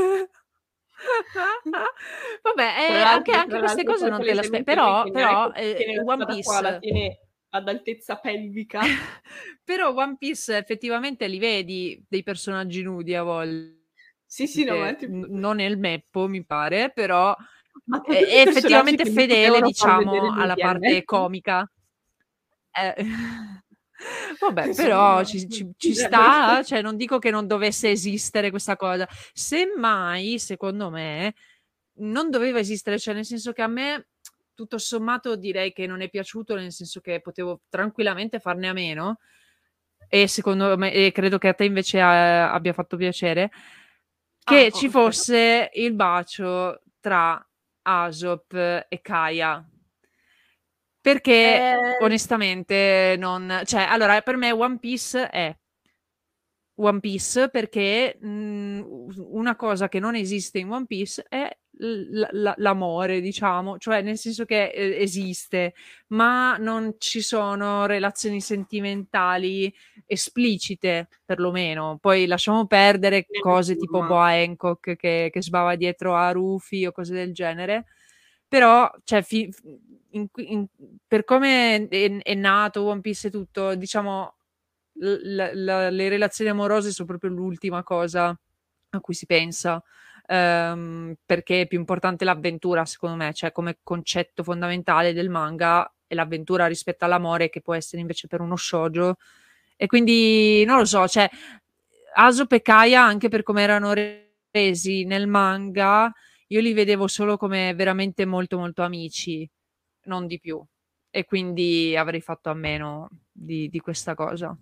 Vabbè, Tra eh, anche, l'altro, anche tra queste l'altro cose poi non te le aspetti. palesemente lui Però, che neanche però tiene eh, la One spada qua, la Piece... tiene ad altezza pelvica. Però One Piece effettivamente li vedi dei personaggi nudi a volte, Sì, sì, no, ma è tipo... N- non nel Meppo mi pare, però Ma è, tra tutti è i personaggi effettivamente che mi fedele, potevano far diciamo, vedere alla nudi parte Ermeppo, comica. Eh, Vabbè, insomma, però no, ci, ci- ci direbbero. sta, cioè non dico che non dovesse esistere questa cosa. Semmai, secondo me, non doveva esistere, cioè nel senso che a me, tutto sommato, direi che non è piaciuto, nel senso che potevo tranquillamente farne a meno, e secondo me, e credo che a te invece eh, abbia fatto piacere, che Ah, ci oh, aspetta. fosse il bacio tra Aesop e Kaya. Perché Eh, onestamente non... Cioè, allora, per me One Piece è One Piece perché mh, una cosa che non esiste in One Piece è l- l- l'amore, diciamo, cioè nel senso che eh, esiste, ma non ci sono relazioni sentimentali esplicite, perlomeno. Poi lasciamo perdere nella cose tipo ciurma. Boa Hancock che, che sbava dietro a Rufy o cose del genere, però, cioè, fi- in- in- per come è, è nato One Piece e tutto, diciamo l- la- le relazioni amorose sono proprio l'ultima cosa a cui si pensa, ehm, perché è più importante l'avventura, secondo me, cioè come concetto fondamentale del manga è l'avventura rispetto all'amore, che può essere invece per uno shoujo. E quindi non lo so, cioè Aso e Kaya, anche per come erano re- resi nel manga, io li vedevo solo come veramente molto molto amici, non di più. E quindi avrei fatto a meno di, di questa cosa.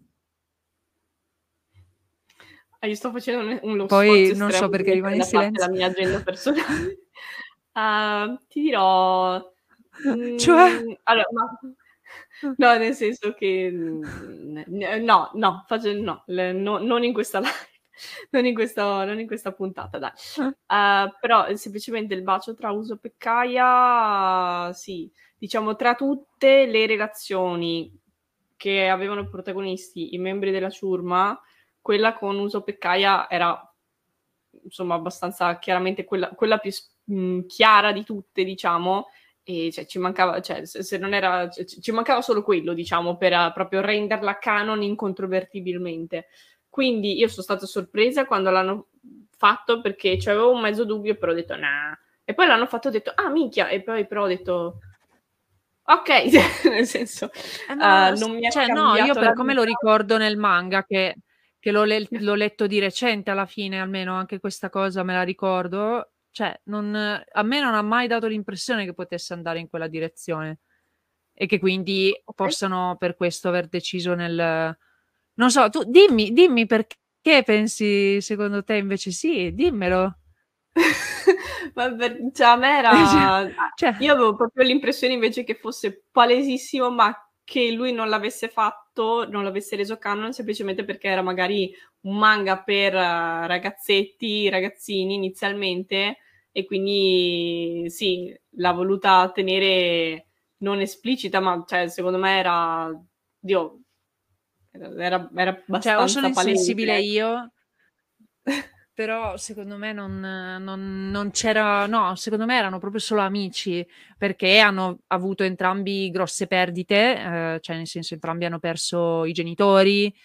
Ah, io sto facendo un- uno Poi sforzo non so estremo di perché mettere rimane in da parte la silenzio. mia agenda personale. Ah, ti dirò... Cioè? mm, allora, ma... No, nel senso che... mm, n- no, no, faccio, no, le- no, non in questa live, non in, questo, non in questa puntata, dai. Ah, però eh, semplicemente il bacio tra Usopp e Kaya, sì, diciamo tra tutte le relazioni che avevano protagonisti i membri della ciurma, quella con Usopp e Kaya era insomma abbastanza chiaramente quella, quella più mh, chiara di tutte, diciamo, e cioè, ci mancava, cioè, se, se non era, cioè, ci mancava solo quello, diciamo, per uh, proprio renderla canon incontrovertibilmente. Quindi io sono stata sorpresa quando l'hanno fatto perché avevo un mezzo dubbio, però ho detto nah. E poi l'hanno fatto, ho detto ah minchia, e poi però ho detto ok, nel senso Eh, ma, uh, s- non mi ha cioè, no, io cambiato per la come lo vita. ricordo nel manga, che, che l'ho, le- l'ho letto di recente alla fine, almeno anche questa cosa me la ricordo, cioè, non, a me non ha mai dato l'impressione che potesse andare in quella direzione e che quindi Ok. possano per questo aver deciso nel... Non so, tu dimmi, dimmi perché pensi secondo te invece sì, dimmelo. Ma per cioè a me era Cioè io avevo proprio l'impressione invece che fosse palesissimo, ma che lui non l'avesse fatto, non l'avesse reso canon semplicemente perché era magari un manga per ragazzetti, ragazzini inizialmente e quindi sì, l'ha voluta tenere non esplicita, ma cioè secondo me era dio era era Cioè o sono abbastanza palese, insensibile ecco. io però secondo me non non non c'era no, secondo me erano proprio solo amici, perché hanno avuto entrambi grosse perdite, ehm, cioè nel senso entrambi hanno perso i genitori.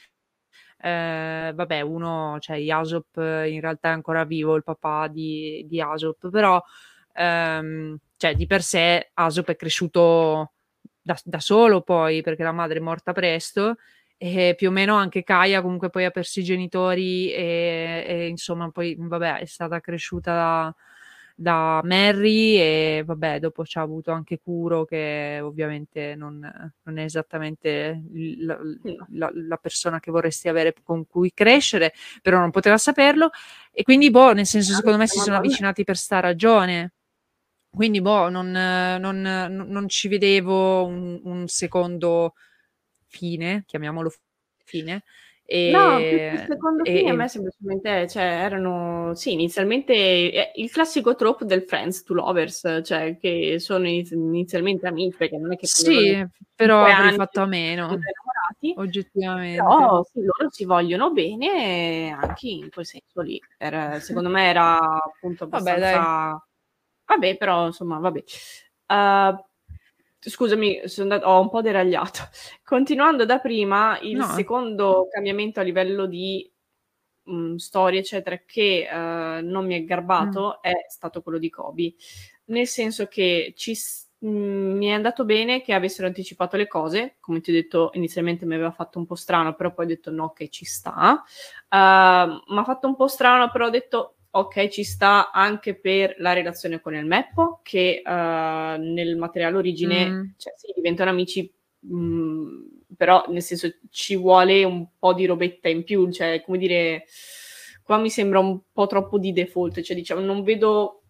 Ehm, vabbè uno cioè Aesop in realtà è ancora vivo, il papà di di Aesop, però, ehm, cioè di per sé Aesop è cresciuto da s da solo poi, perché la madre è morta presto, e più o meno anche Kaia comunque poi ha perso i genitori, e e insomma poi vabbè è stata cresciuta da da Merry e vabbè dopo c'ha avuto anche Kuro che ovviamente non non è esattamente il la l No. la la persona che vorresti avere con cui crescere, però non poteva saperlo e quindi boh, nel senso secondo me si sono Madonna. avvicinati per 'sta ragione. Quindi boh, non non no non ci vedevo un un secondo fine, chiamiamolo f fine, No, più che ehm, secondo e fine a e me semplicemente cioè erano sì, inizialmente è il classico trope del friends to lovers, cioè che sono iniz inizialmente amici, perché non è che convivevano Sì, però cinque avrei anni fatto a subito meno, innamorati, oggettivamente. però sì, loro si vogliono bene anche in quel senso lì. Era secondo me era appunto Vabbè dai. abbastanza vabbè però insomma vabbè. Uhm, scusami, son andat ho un po' deragliato. Continuando da prima, il No. secondo cambiamento a livello di, mhmm, storia eccetera che, uhm, non mi è Mh. garbato è stato quello di Koby. Nel senso che ci s mhmm, mi è andato bene che avessero anticipato le cose, come ti ho detto inizialmente mi aveva fatto un po' strano, però poi ho detto: "No, che ci sta." Uhm, m'ha fatto un po' strano, però ho detto: "Okay, ci sta." Anche per la relazione con il Meppo che, uhm, nel materiale origine Mh. cioè sì, diventano amici, mhmm, però nel senso ci vuole un po' di robetta in più, cioè come dire, qua mi sembra un po' troppo di default, cioè diciamo non vedo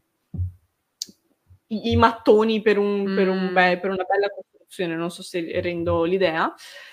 i i mattoni per un per un Mh. be per una bella costruzione, non so se rendo l'idea.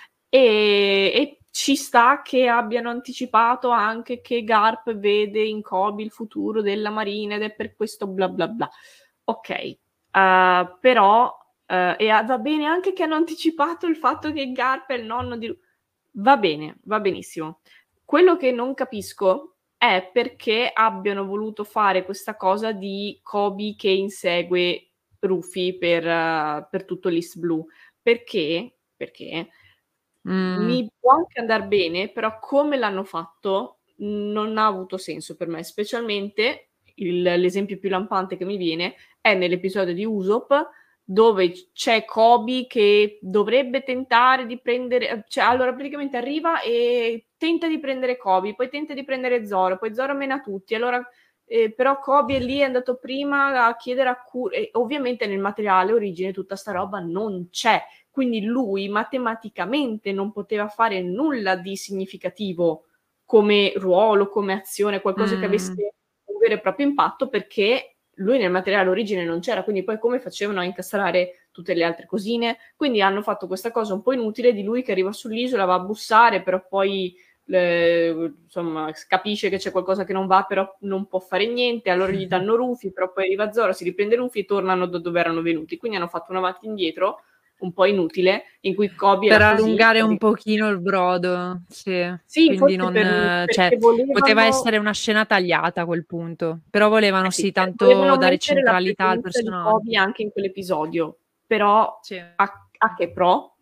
E e ci sta che abbiano anticipato anche che Garp vede in Koby il futuro della marina ed è per questo bla bla bla. Okay, uhm, però, uhm, e a va bene anche che hanno anticipato il fatto che Garp è il nonno di Lu va bene, va benissimo. Quello che non capisco è perché abbiano voluto fare questa cosa di Koby che insegue Rufy per per tutto l'East Blue. Perché perché Mh. mi può anche andar bene, però come l'hanno fatto non ha avuto senso per me, specialmente il l'esempio più lampante che mi viene è nell'episodio di Usopp, dove c c'è Koby che dovrebbe tentare di prendere uhm, cioè allora praticamente arriva e tenta di prendere Koby, poi tenta di prendere Zoro, poi Zoro mena tutti, allora ehm, però Koby è lì, è andato prima a chiedere a Ku e ovviamente nel materiale origine tutta 'sta roba non c'è. Quindi lui matematicamente non poteva fare nulla di significativo come ruolo, come azione, qualcosa che avesse Mh. un vero e proprio impatto, perché lui nel materiale origine non c'era, quindi poi come facevano a incastrare tutte le altre cosine? Quindi hanno fatto questa cosa un po' inutile di lui che arriva sull'isola, va a bussare, però poi le insomma s capisce che c'è qualcosa che non va, però non può fare niente, allora gli danno Rufy, però poi arriva Zoro, si riprende Rufy e tornano da dove erano venuti. Quindi hanno fatto un avanti e indietro un po' inutile, in cui Koby Per era così allungare un ri pochino il brodo, sì. Sì, Quindi forse non per mhmm, cioè perché poteva volevano essere una scena tagliata a quel punto, però Eh volevano sì, sì cioè tanto volevano dare mettere la centralità al presenza di Koby personaggio. anche in quell'episodio, però Sì. a a che pro?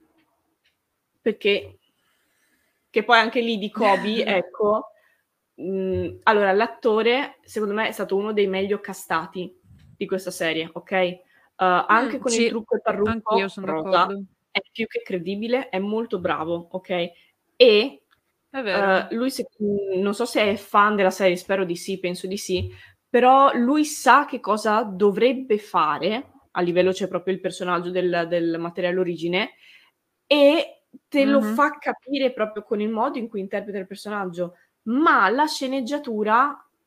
Perché che poi anche lì di Koby, ecco, mhmm, allora l'attore secondo me è stato uno dei meglio castati di questa serie, okay, uhm, anche Mh, con il sì, trucco e anch'io parrucco son rosa, d'accordo. è più che credibile, è molto bravo, okay, e, È uhm, vero. lui se mhmm, non so se è fan della serie, spero di sì, penso di sì, però lui sa che cosa dovrebbe fare, a livello c'è proprio il personaggio del del materiale origine, e te lo Mh-mh. fa capire proprio con il modo in cui interpreta il personaggio. Ma la sceneggiatura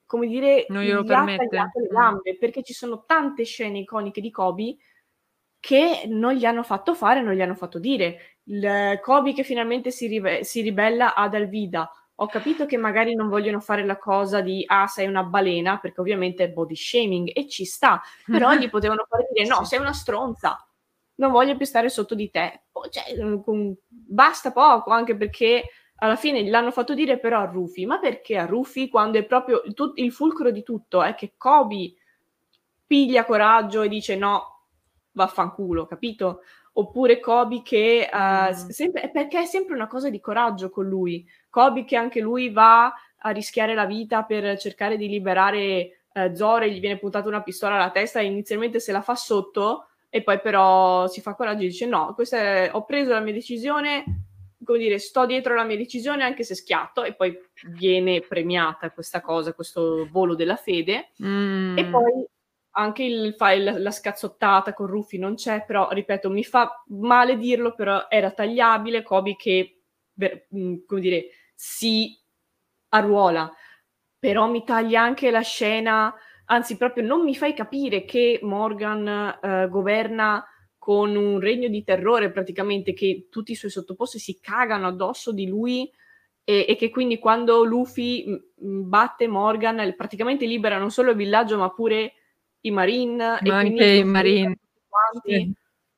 come dire, Non glielo gli ha permette. tagliato le Mh. gambe, perché ci sono tante scene iconiche di Kobe che non gli hanno fatto fare, non gli hanno fatto dire. Il Kobe che finalmente si rive si ribella ad Alvida. Ho capito che magari non vogliono fare la cosa di: "Ah, sei una balena", perché ovviamente è body shaming e ci sta, però gli potevano fare dire: "No, Sì. sei una stronza, non voglio più stare sotto di te". O cioè, mhmm, con basta poco, anche perché alla fine gliel'hanno fatto dire però a Rufy. Ma perché a Rufy quando è proprio il tut il fulcro di tutto è che Kobe piglia coraggio e dice: "No, vaffanculo", capito? Oppure Kobe che, uhm, s Mh. sempre è perché è sempre una cosa di coraggio con lui. Kobe che anche lui va a rischiare la vita per cercare di liberare, ehm, Zoro e gli viene puntata una pistola alla testa e inizialmente se la fa sotto e poi però si fa coraggio e dice: "No, questa è ho preso la mia decisione, come dire, sto dietro alla mia decisione anche se schiatto", e poi viene premiata questa cosa, questo volo della fede. E Mh. poi anche il fa il la scazzottata con Rufy non c'è, però ripeto, mi fa male dirlo, però era tagliabile Kobe che ver mhmm, come dire, si arruola. Però mi tagli anche la scena anzi proprio non mi fai capire che Morgan, uhm, governa con un regno di terrore praticamente, che tutti i suoi sottoposti si cagano addosso di lui e e che quindi quando Luffy, mhmm, mhmm, batte Morgan, l praticamente libera non solo il villaggio ma pure i Marine e Ma anche quindi i lo salutano Marine. tutti quanti. Sì.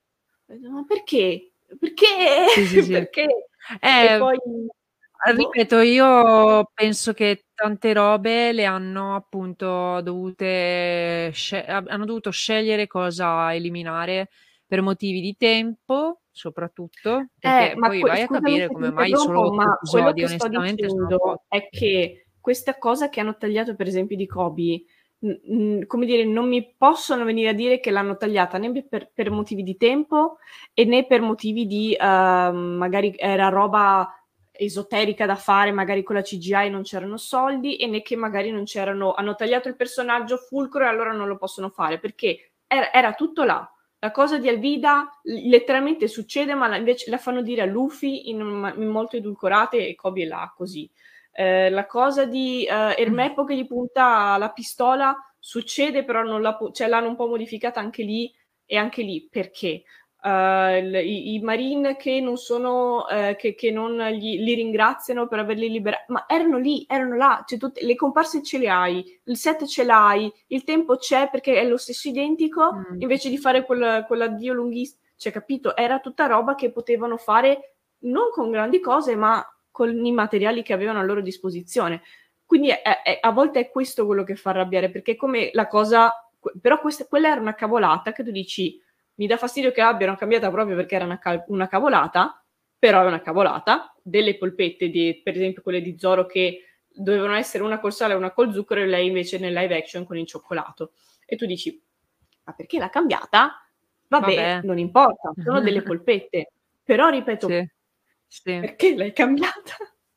Ma perché? Perché? Sì, sì, sì. Perché? E Eh, poi boh. ripeto, io penso che tante robe le hanno appunto dovute sce ha hanno dovuto scegliere cosa eliminare per motivi di tempo, soprattutto, Eh, perché ma poi que vai a scusami capire se ti come mai solo interrompo, otto ma quello episodi che sto onestamente sono dicendo pochi. è che questa cosa che hanno tagliato per esempio di Kobe, mh mhmm, come dire, non mi possono venire a dire che l'hanno tagliata né b per per motivi di tempo e né per motivi di, uhm, magari era roba esoterica da fare, magari con la C G I e non c'erano soldi, e né che magari non c'erano hanno tagliato il personaggio fulcro e allora non lo possono fare, perché era era tutto là. La cosa di Alvida l letteralmente succede, ma la invece la fanno dire a Luffy in m in molto edulcorate e Kobe è là così. Ehm, la cosa di, uhm, Ermeppo che gli punta la pistola succede, però non la pu cioè l'hanno un po' modificata anche lì e anche lì perché? Uhm, il i i Marine che non sono ehm, che che non gli li ringraziano per averli libera ma erano lì, erano là, cioè tutte le comparse ce le hai, il set ce l'hai, il tempo c'è perché è lo stesso identico, Mh. invece di fare quel quell'addio lunghiss cioè capito, era tutta roba che potevano fare non con grandi cose, ma con i materiali che avevano a loro disposizione. Quindi è è a volte è questo quello che fa arrabbiare, perché è come la cosa que però questa quella era una cavolata che tu dici: "Mi dà fastidio che l'abbiano cambiata proprio perché era una cal una cavolata", però è una cavolata. Delle polpette di per esempio quelle di Zoro che dovevano essere una col sale e una col zucchero e lei invece nel live action con il cioccolato. E tu dici: "Ma perché l'ha cambiata? Vabbè, Vabbè. non importa, sono delle polpette". Però ripeto, Sì, sì. perché l'hai cambiata?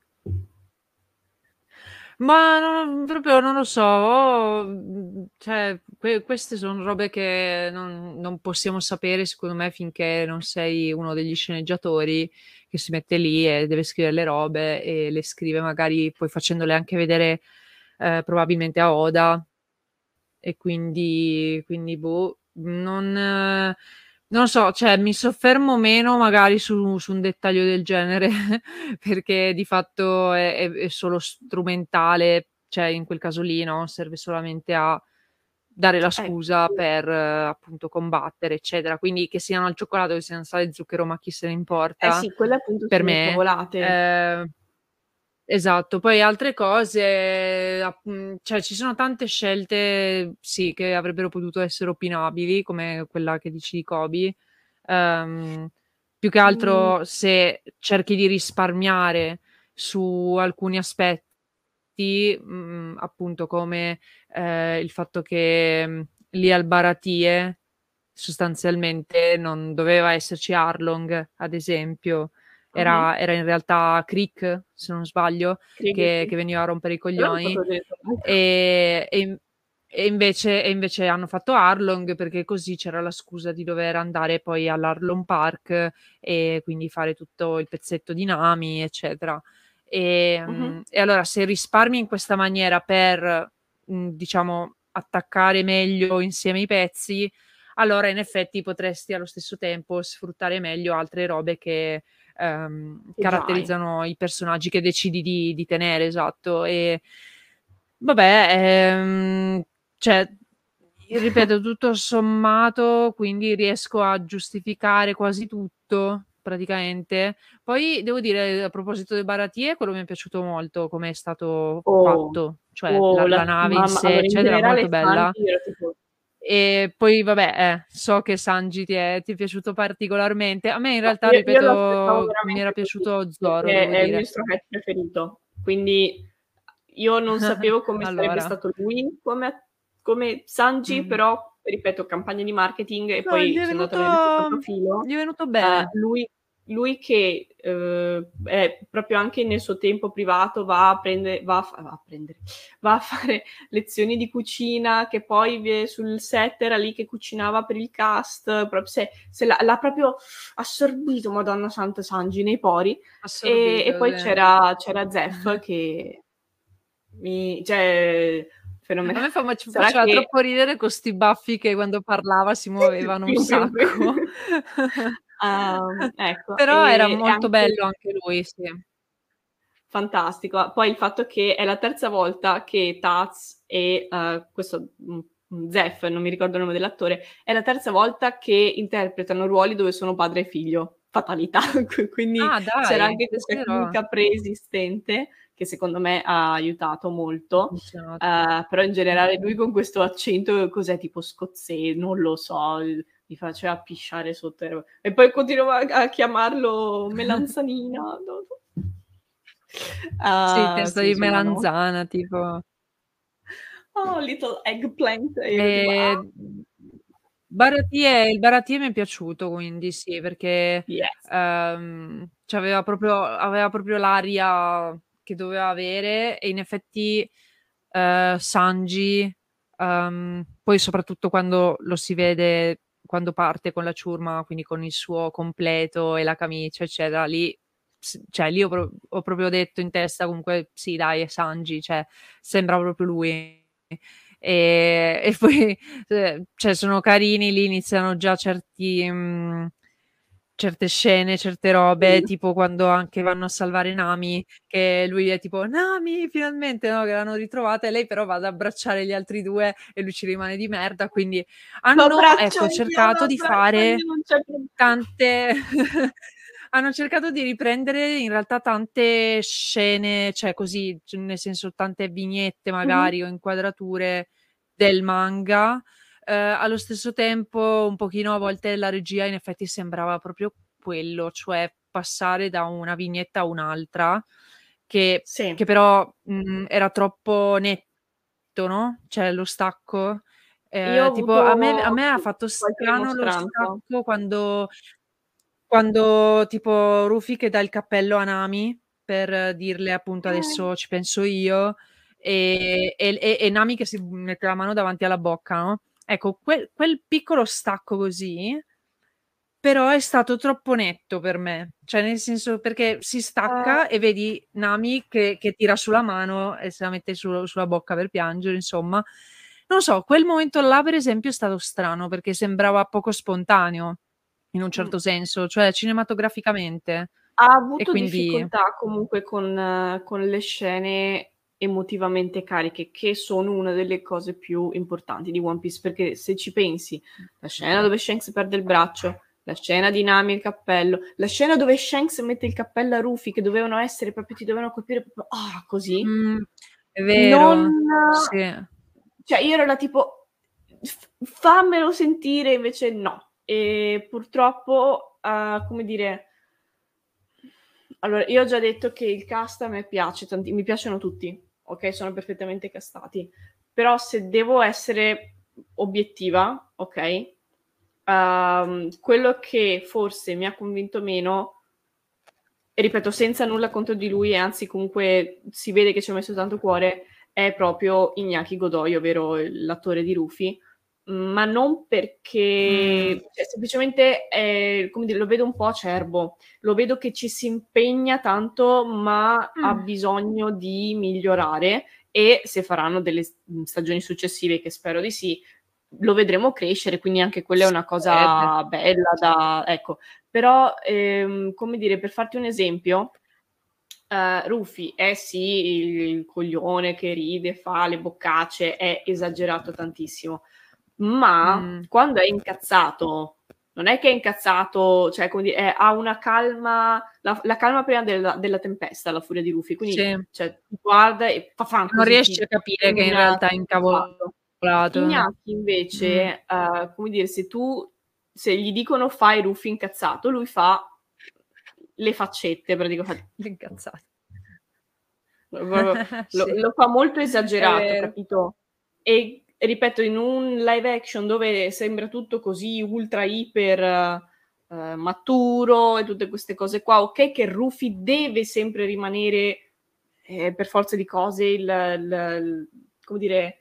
Ma non proprio non lo so, o mhmm, cioè que queste son robe che non non possiamo sapere secondo me finché non sei uno degli sceneggiatori che si mette lì e deve scrivere le robe e le scrive magari poi facendole anche vedere, ehm, probabilmente a Oda. E quindi quindi boh, non non lo so, cioè mi soffermo meno magari su su un dettaglio del genere perché di fatto è è è solo strumentale, cioè in quel caso lì, no, serve solamente a dare la Eh, scusa sì. per appunto combattere, eccetera. Quindi che siano al cioccolato, che siano sale e zucchero, ma chi se ne Eh importa, sì, quelle appunto per son le me. cavolate. Ehm Esatto, poi altre cose ap mhmm, cioè ci sono tante scelte, sì, che avrebbero potuto essere opinabili, come quella che dici di Kobe. Ehm, più che Mh. altro se cerchi di risparmiare su alcuni aspetti, mhmm, appunto come, ehm, il fatto che, mhmm, lì al Baratie sostanzialmente non doveva esserci Arlong, ad esempio, Mh-mh. era era in realtà Crick, se non sbaglio, Credo che sì. che veniva a rompere i Però non coglioni, sapevo di aver sbagliato. ehm, e in e invece e invece hanno fatto Arlong perché così c'era la scusa di dover andare poi all'Arlong Park e quindi fare tutto il pezzetto di Nami, eccetera. Mh-mh. Ehm, e allora se risparmi in questa maniera per mh, diciamo, attaccare meglio insieme i pezzi, allora in effetti potresti allo stesso tempo sfruttare meglio altre robe che ehm, Che già hai. caratterizzano i personaggi che decidi di, di tenere, esatto. E vabbè, ehm, cioè, ripeto, tutto sommato, quindi riesco a giustificare quasi tutto, praticamente. Poi devo dire, a proposito del Baratie, quello mi è piaciuto molto come è stato Oh, fatto, cioè la, oh, la la nave in ma ma sé, allora in eccetera, molto generale bella. Sanji era tipo E poi vabbè, eh, so che Sanji ti è, ti è piaciuto particolarmente. A me in no, realtà, io io lo aspettavo ripeto, mi era veramente così, piaciuto Zoro, perché devo è il mio dire. Straw Hat preferito. Quindi io non sapevo come sarebbe Allora. stato lui come come Sanji, Mm. però ripeto, campagna di marketing e No, gli poi è sono andata a venuto, vedere il suo profilo, gli è venuto ehm, bene. lui lui che, uhm, è proprio anche nel suo tempo privato va a prende va a fa va a prendere va a fare lezioni di cucina, che poi vie sul set era lì che cucinava per il cast, prop se se l'ha l'ha proprio assorbito, Madonna santa, Sanji nei pori. E e Assorbito, poi sì. c'era c'era Zeph che mi cioè A me fenomena fa ci sarà faceva che troppo ridere con 'sti baffi che quando parlava si muovevano un pium pium pium. sacco. Uhm, ecco, Però era e e molto anche bello anche lui, sì. fantastico. A poi il fatto che è la terza volta che Taz e, uhm, questo, mhmm, mhmm, Zeph, non mi ricordo il nome dell'attore, è la terza volta che interpretano ruoli dove sono padre e figlio. Fatalità. Qui quindi Ah c'era dai, anche questa penserò. chimica preesistente che secondo me ha aiutato Ha molto. funzionato. Uhm, però in generale Mh-mh. lui con questo accento, cos'è, tipo scozzese, non lo so, il mi faceva pisciare sotto ero e poi continuava a a chiamarlo melanzanina, no, no. Sì, Uhm, testa sì, di insomma, no. melanzana tipo. Oh, little eggplant e io tipo: "Ah!" Ehm, Baratie il Baratie mi è piaciuto quindi sì, perché, Yes. ehm, c'aveva proprio aveva proprio l'aria che doveva avere e in effetti, ehm, Sanji, ehm, poi soprattutto quando lo si vede quando parte con la ciurma, quindi con il suo completo e la camicia, eccetera, lì s cioè lì ho pro ho proprio detto in testa comunque: "Sì dai, è Sanji", cioè sembra proprio lui. Ehm, e poi, ehm, cioè sono carini, lì iniziano già certi mhmm, certe scene, certe robe, Sì. tipo quando anche vanno a salvare Nami, che lui è tipo: "Nami, finalmente", no, che l'hanno ritrovata e lei però va ad abbracciare gli altri due e lui ci rimane di merda, quindi Lo hanno, abbraccio ecco, io, lo cercato di abbraccio fare io, non c'è prob tante hanno cercato di riprendere in realtà tante scene, cioè così, c nel senso tante vignette Mh-mh. magari o inquadrature del manga, ehm, allo stesso tempo un pochino a volte la regia in effetti sembrava proprio quello, cioè passare da una vignetta a un'altra che Sì. che però, mhmm, era troppo netto, no, cioè lo stacco. Io ho Ehm, tipo a me a avuto me ha fatto qualche strano lo rimostranza. stacco quando quando tipo Rufy che dà il cappello a Nami per dirle appunto: Eh. "Adesso ci penso io", e e l e e Nami che si mette la mano davanti alla bocca, no, ecco quel quel piccolo stacco così, però è stato troppo netto per me. Cioè nel senso perché si stacca e Uhm vedi Nami che che tira su la mano e se la mette su sulla bocca per piangere, insomma. Non so, quel momento là per esempio è stato strano, perché sembrava poco spontaneo, in un Mh. certo senso, cioè cinematograficamente. Ha E avuto quindi difficoltà comunque con con le scene emotivamente cariche, che sono una delle cose più importanti di One Piece, perché se ci pensi, la scena dove Shanks perde il braccio, la scena di Nami e il cappello, la scena dove Shanks mette il cappello a Rufy che dovevano essere proprio ti dovevano colpire proprio, ah, così, Mh, è non vero, sì. cioè io ero là tipo: "F fammelo sentire", invece no. E purtroppo, uhm, come dire allora, io ho già detto che il cast a me piace tanti mi piacciono tutti, okay, sono perfettamente castati. Però se devo essere obiettiva, okay, uhm, quello che forse mi ha convinto meno e ripeto senza nulla contro di lui e anzi comunque si vede che ci ha messo tanto cuore, è proprio Iñaki Godoy, ovvero l'attore di Rufy, ma non Mh. perché cioè semplicemente, ehm, come dire, lo vedo un po' acerbo, lo vedo che ci si impegna tanto, ma ha Mh. bisogno di migliorare e se faranno delle stagioni successive, che spero di sì, lo vedremo crescere, quindi anche quella è una cosa bella da... ecco. Però, ehm, come dire, per farti un esempio, uh, Rufy è sì il, il coglione che ride, fa le boccacce, è esagerato tantissimo, ma mm. quando è incazzato... non è che è incazzato, cioè come dire, è, ha una calma, la, la calma prima della, della tempesta, la furia di Rufy, quindi sì. cioè, guarda e fa fan non così, riesci ti, a capire che in realtà è incavolato. Iñaki invece, mm. uh, come dire, se tu, se gli dicono fai Rufy incazzato, lui fa le faccette, praticamente. L'incazzato. Lo, sì. lo fa molto esagerato, capito? E ripeto, in un live action dove sembra tutto così ultra iper uh, maturo e tutte queste cose qua, ok che Rufy deve sempre rimanere eh, per forza di cose il, il, il come dire,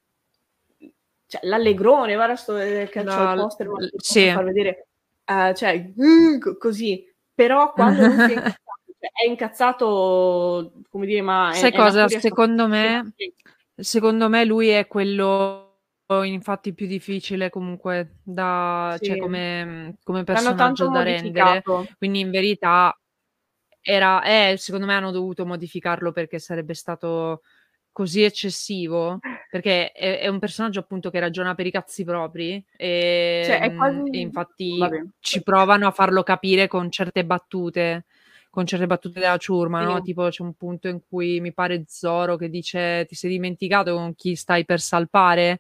cioè l'allegrone, guarda sto eh, che c'ho il poster, ma ti sì. posso far vedere, uh, cioè uh, così, però quando Rufy è incazzato, cioè, è incazzato, come dire, ma sai è, cosa? È secondo me secondo me lui è quello infatti più difficile comunque da sì. cioè come, come personaggio da rendere, quindi in verità era eh, secondo me hanno dovuto modificarlo perché sarebbe stato così eccessivo, perché è, è un personaggio appunto che ragiona per i cazzi propri e, cioè, è quasi... e infatti Vabbè. ci provano a farlo capire con certe battute con certe battute della ciurma, sì. no? Tipo c'è un punto in cui mi pare Zoro che dice ti sei dimenticato con chi stai per salpare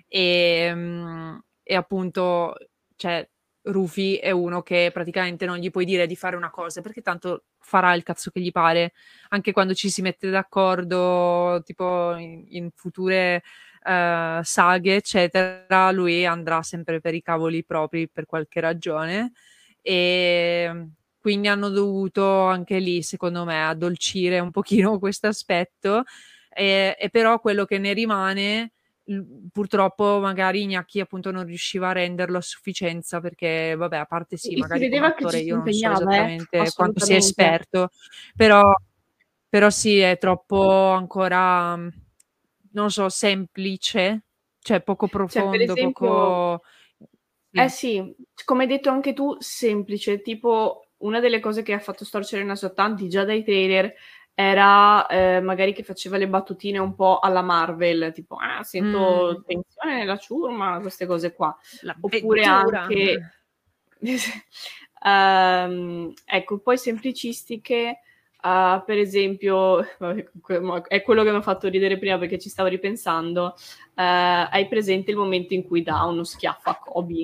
e, e appunto cioè Rufy è uno che praticamente non gli puoi dire di fare una cosa perché tanto farà il cazzo che gli pare, anche quando ci si mette d'accordo tipo in, in future uh, saghe eccetera, lui andrà sempre per i cavoli propri per qualche ragione e quindi hanno dovuto anche lì secondo me addolcire un pochino questo aspetto e, e però quello che ne rimane purtroppo magari Iñaki appunto non riusciva a renderlo a sufficienza perché vabbè a parte sì e magari si come attore io non so esattamente eh? quanto sia esperto però, però sì è troppo ancora non so semplice cioè poco profondo cioè, per esempio, poco sì. eh sì come hai detto anche tu semplice tipo una delle cose che ha fatto storcere il naso a tanti già dai trailer era eh, magari che faceva le battutine un po' alla Marvel, tipo ah, sento mm. tensione nella ciurma, queste cose qua. La Oppure vettura. anche um, ecco, poi semplicistiche uh, per esempio è quello che mi ha fatto ridere prima perché ci stavo ripensando uh, hai presente il momento in cui dà uno schiaffo a Kobe?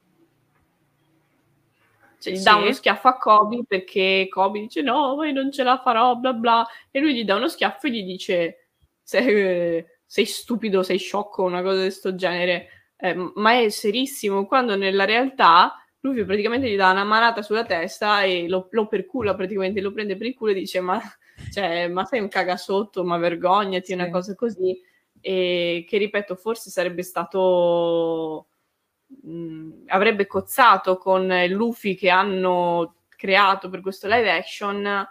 Cioè, gli sì. dà uno schiaffo a Kobe perché Kobe dice no, ma io non ce la farò, bla bla, e lui gli dà uno schiaffo e gli dice sei, sei stupido, sei sciocco, una cosa di questo genere, eh, ma è serissimo, quando nella realtà lui praticamente gli dà una manata sulla testa e lo, lo percula praticamente, lo prende per il culo e dice ma, cioè, ma sei un cagasotto, ma vergognati, sì. una cosa così, e che ripeto, forse sarebbe stato... Mh, avrebbe cozzato con Luffy che hanno creato per questo live action,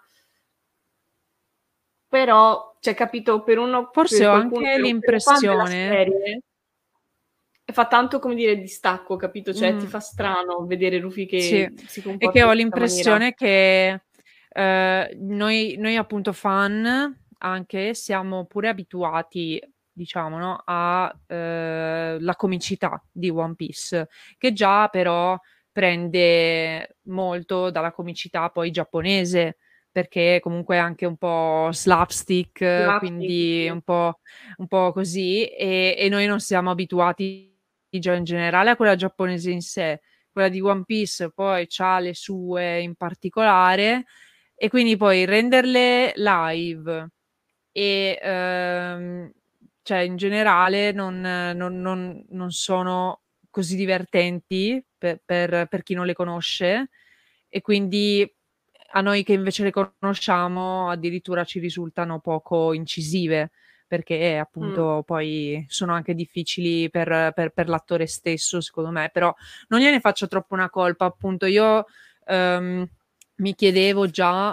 però c'è cioè, capito per uno forse per ho qualcuno, anche per l'impressione serie, fa tanto come dire distacco, capito? Cioè mm. ti fa strano vedere Luffy che sì. si comporta e che ho l'impressione maniera. che eh, noi, noi appunto fan anche siamo pure abituati diciamo, no, a eh, la comicità di One Piece, che già però prende molto dalla comicità poi giapponese, perché comunque è anche un po' slapstick, slapstick quindi sì. un, po', un po' così, e, e noi non siamo abituati già in generale a quella giapponese in sé. Quella di One Piece poi c'ha le sue in particolare, e quindi poi renderle live e ehm, cioè in generale non, non, non, non sono così divertenti per, per, per chi non le conosce, e quindi a noi che invece le conosciamo addirittura ci risultano poco incisive, perché appunto mm. poi sono anche difficili per, per, per l'attore stesso secondo me, però non gliene faccio troppo una colpa, appunto io um, mi chiedevo già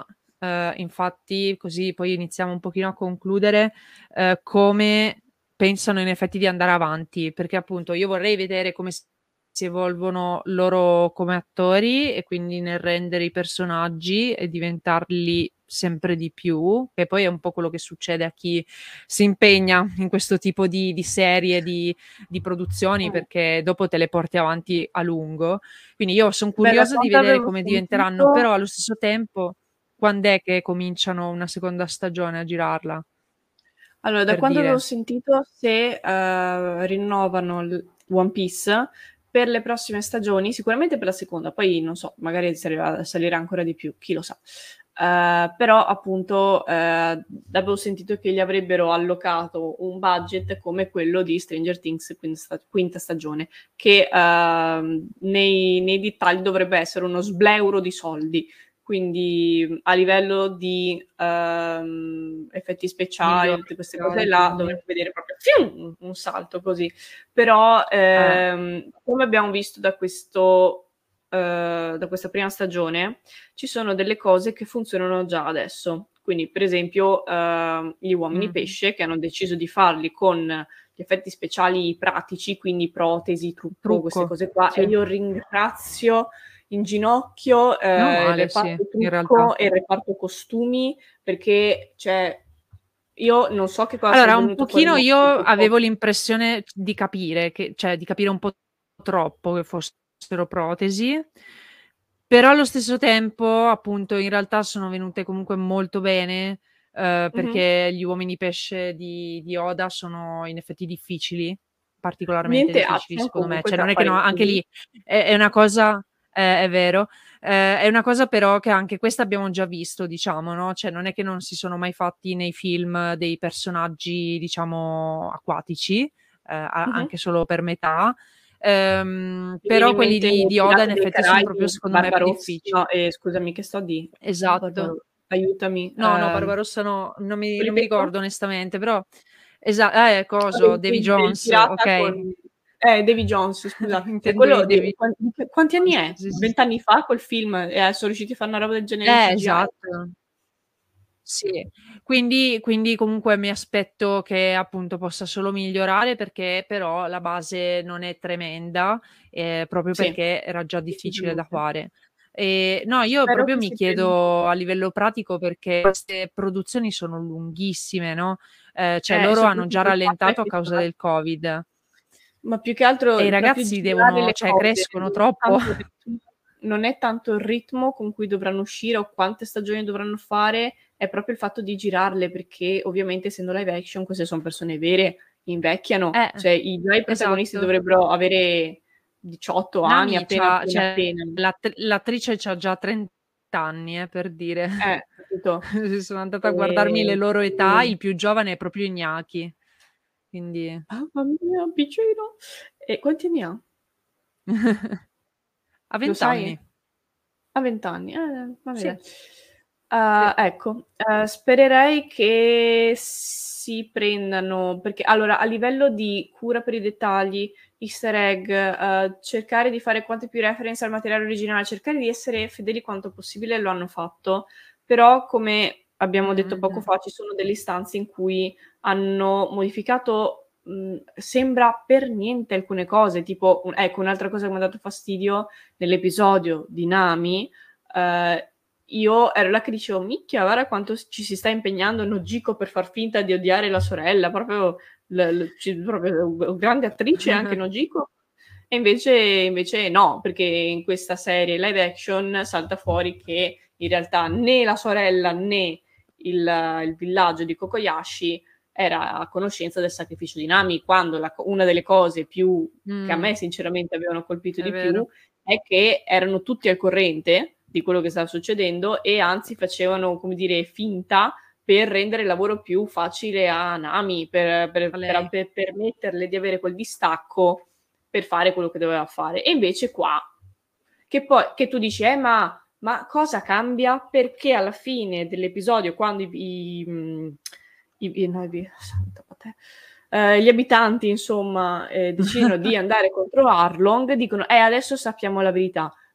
uh, infatti, così poi iniziamo un pochino a concludere, uh, come pensano in effetti di andare avanti, perché appunto io vorrei vedere come s si evolvono loro come attori e quindi nel rendere i personaggi e diventarli sempre di più, che poi è un po' quello che succede a chi si impegna in questo tipo di di serie, di di produzioni, Mh. perché dopo te le porti avanti a lungo. Quindi io son Beh, da curiosa di quanto vedere avevo come diventeranno, sentito però allo stesso tempo quand'è che cominciano una seconda stagione a girarla? Allora, da Per quando avevo dire. sentito, se, uhm, rinnovano l One Piece per le prossime stagioni, sicuramente per la seconda, poi non so, magari salirà salirà ancora di più, chi lo sa. Uhm, però appunto, ehm, avevo sentito che gli avrebbero allocato un budget come quello di Stranger Things quin sta quinta stagione, che, uhm, nei nei dettagli dovrebbe essere uno sbleuro di soldi. Quindi a livello di, uhm, effetti speciali, tutte queste cose là, Quindi. dovrebbe vedere proprio fium, un salto così. Però, Eh. ehm, come abbiamo visto da questo uhm, da questa prima stagione, ci sono delle cose che funzionano già adesso. Quindi per esempio, uhm, gli Uomini Mh. Pesce che hanno deciso di farli con gli effetti speciali pratici, quindi protesi, trucco, queste Trucco, cose qua, e sì. io ringrazio in ginocchio, Meno ehm, il male, sì, reparto in realtà. trucco e il reparto costumi, perché cioè io non so che cosa Allora, sarebbe un venuto fuori pochino ma io avevo l'impressione c di capire che cioè di capire un po' troppo che fossero protesi, però allo stesso tempo, appunto, in realtà sono venute comunque molto bene, uhm, Mh-mh. perché gli Uomini Pesce di di Oda sono in effetti difficili, particolarmente Niente difficili action secondo me. comunque Cioè tra non è che no anche parentesi. lì è è una cosa eh, è vero, ehm, è una cosa però che anche questa abbiamo già visto, diciamo, no, cioè non è che non si sono mai fatti nei film dei personaggi, diciamo, acquatici, ehm, a Mh-mh. anche solo per metà, ehm, Mi viene però in quelli mente di di Oda in Pirati dei effetti son proprio Caraibi, secondo me più Barbarossa difficili. no, ehm, scusami che sto a dì? Esatto. Barbaro aiutami, No, no, ehm Barbarossa no, non mi non mi ripeto? ricordo onestamente, però esa eh, Vabbè coso, Davy intendi del Jones, pirata okay. con eh, Davy Jones, scusa. E quello Intendevi di Davy quan di che quanti anni è? sì, sì, vent sì. anni fa quel film e a son riusciti a fare una roba del genere in Eh, C-G-I? esatto. Sì, quindi quindi comunque mi aspetto che appunto possa solo migliorare perché però la base non è tremenda, ehm, proprio Sì, perché era già difficile da decisamente. fare. Ehm, no, io Spero proprio che mi si prenda chiedo a livello pratico perché queste produzioni sono lunghissime, no, ehm, cioè Eh, e loro hanno già soprattutto il fatto è rallentato a che causa del Covid. Ma più che altro E i il proprio ragazzi girare devono le cioè cose crescono non è troppo. tanto il ritmo non è tanto il ritmo con cui dovranno uscire o quante stagioni dovranno fare, è proprio il fatto di girarle, perché ovviamente essendo live action queste son persone vere, invecchiano, Eh, cioè i già i protagonisti esatto. dovrebbero avere diciotto anni Nami appena, c'ha appena, cioè appena. l'att l'attrice c'ha già trent anni eh, per dire. Eh, capito? Sono andata a guardarmi le Ehm, loro età, quindi il più giovane è proprio Iñaki. Quindi Mamma mia, piccino. E quanti anni ha? Ha Lo vent sai? anni. Ha vent anni, eh, va Sì. bene. Uhm, Sì. ecco, uhm, spererei che si prendano perché allora a livello di cura per i dettagli, easter egg, uhm, cercare di fare quante più reference al materiale originale, cercare di essere fedeli quanto possibile lo hanno fatto, però come Mh, abbiamo detto poco mh-mh. fa ci sono delle istanze in cui hanno modificato, mhmm, sembra per niente alcune cose, tipo un ecco un'altra cosa che m'ha dato fastidio nell'episodio di Nami, uhm, io ero là che dicevo: "Micchia guarda quanto s ci si sta impegnando Nojiko per far finta di odiare la sorella, proprio l l ci proprio g grande attrice anche Nojiko." E invece invece no, perché in questa serie live action salta fuori che in realtà né la sorella né il il villaggio di Kokoyashi era a conoscenza del sacrificio di Nami, quando la co una delle cose più che a Mh. me sinceramente avevano colpito È di più vero. è che erano tutti al corrente di quello che stava succedendo e anzi facevano, come dire, finta per rendere il lavoro più facile a Nami, per per A per a lei. per permetterle di avere quel distacco per fare quello che doveva fare. E invece qua che poi che tu dici: "Eh, ma ma cosa cambia?" Perché alla fine dell'episodio quando i i mhmm, i i no i bi santo patè, ehm, gli abitanti insomma, ehm, decidono di andare contro Arlong, dicono: "Eh, adesso sappiamo la verità."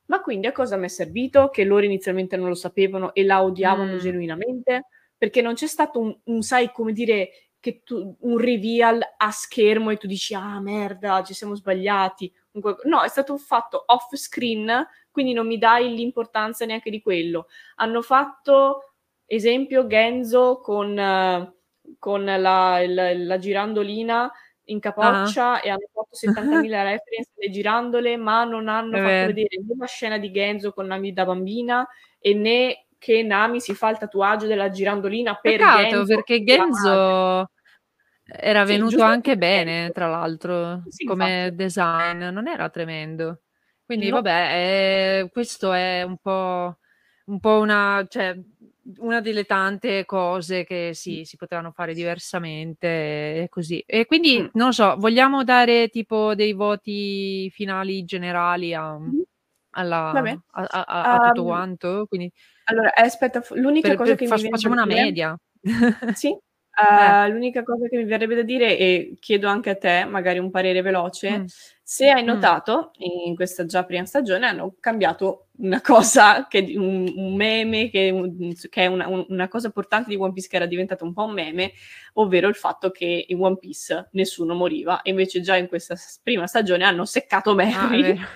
Ma quindi a cosa m'è servito? Che loro inizialmente non lo sapevano e la odiavano Mh. genuinamente? Perché non c'è stato un un sai, come dire, che tu un reveal a schermo e tu dici: "Ah merda, ci siamo sbagliati." Un qualc no, è stato un fatto off screen, quindi non mi dai l'importanza neanche di quello. Hanno fatto, esempio, Genzo con con la il la girandolina in Ah-ah. capoccia e hanno fatto settantamila reference alle girandole, ma non È hanno fatto vero. vedere né la scena di Genzo con Nami da bambina e né che Nami si fa il tatuaggio della girandolina per Peccato, Genzo perché e la madre. Genzo era Sì, venuto giustamente anche per bene, Genzo. tra l'altro, Sì, come infatti. design, non era tremendo. Quindi No. vabbè, ehm, questo è un po' un po' una cioè, una delle tante cose che Mh. sì, si potevano fare diversamente e così. E quindi, Mh. non lo so, vogliamo dare tipo dei voti finali generali a Mh-mh. Va alla bene. a a a tutto Uhm, quanto? Quindi allora, eh, aspetta, f l'unica per cosa per che mi fac viene da facciamo una dire media. sì, Eh. uhm, l'unica cosa che mi verrebbe da dire, e chiedo anche a te magari un parere veloce, Mh. se hai Mh. notato in questa già prima stagione hanno cambiato una cosa che di un un meme che un s che è una un una cosa portante di One Piece che era diventata un po' un meme, ovvero il fatto che in One Piece nessuno moriva e invece già in questa s prima stagione hanno seccato Ah, è Merry. vero.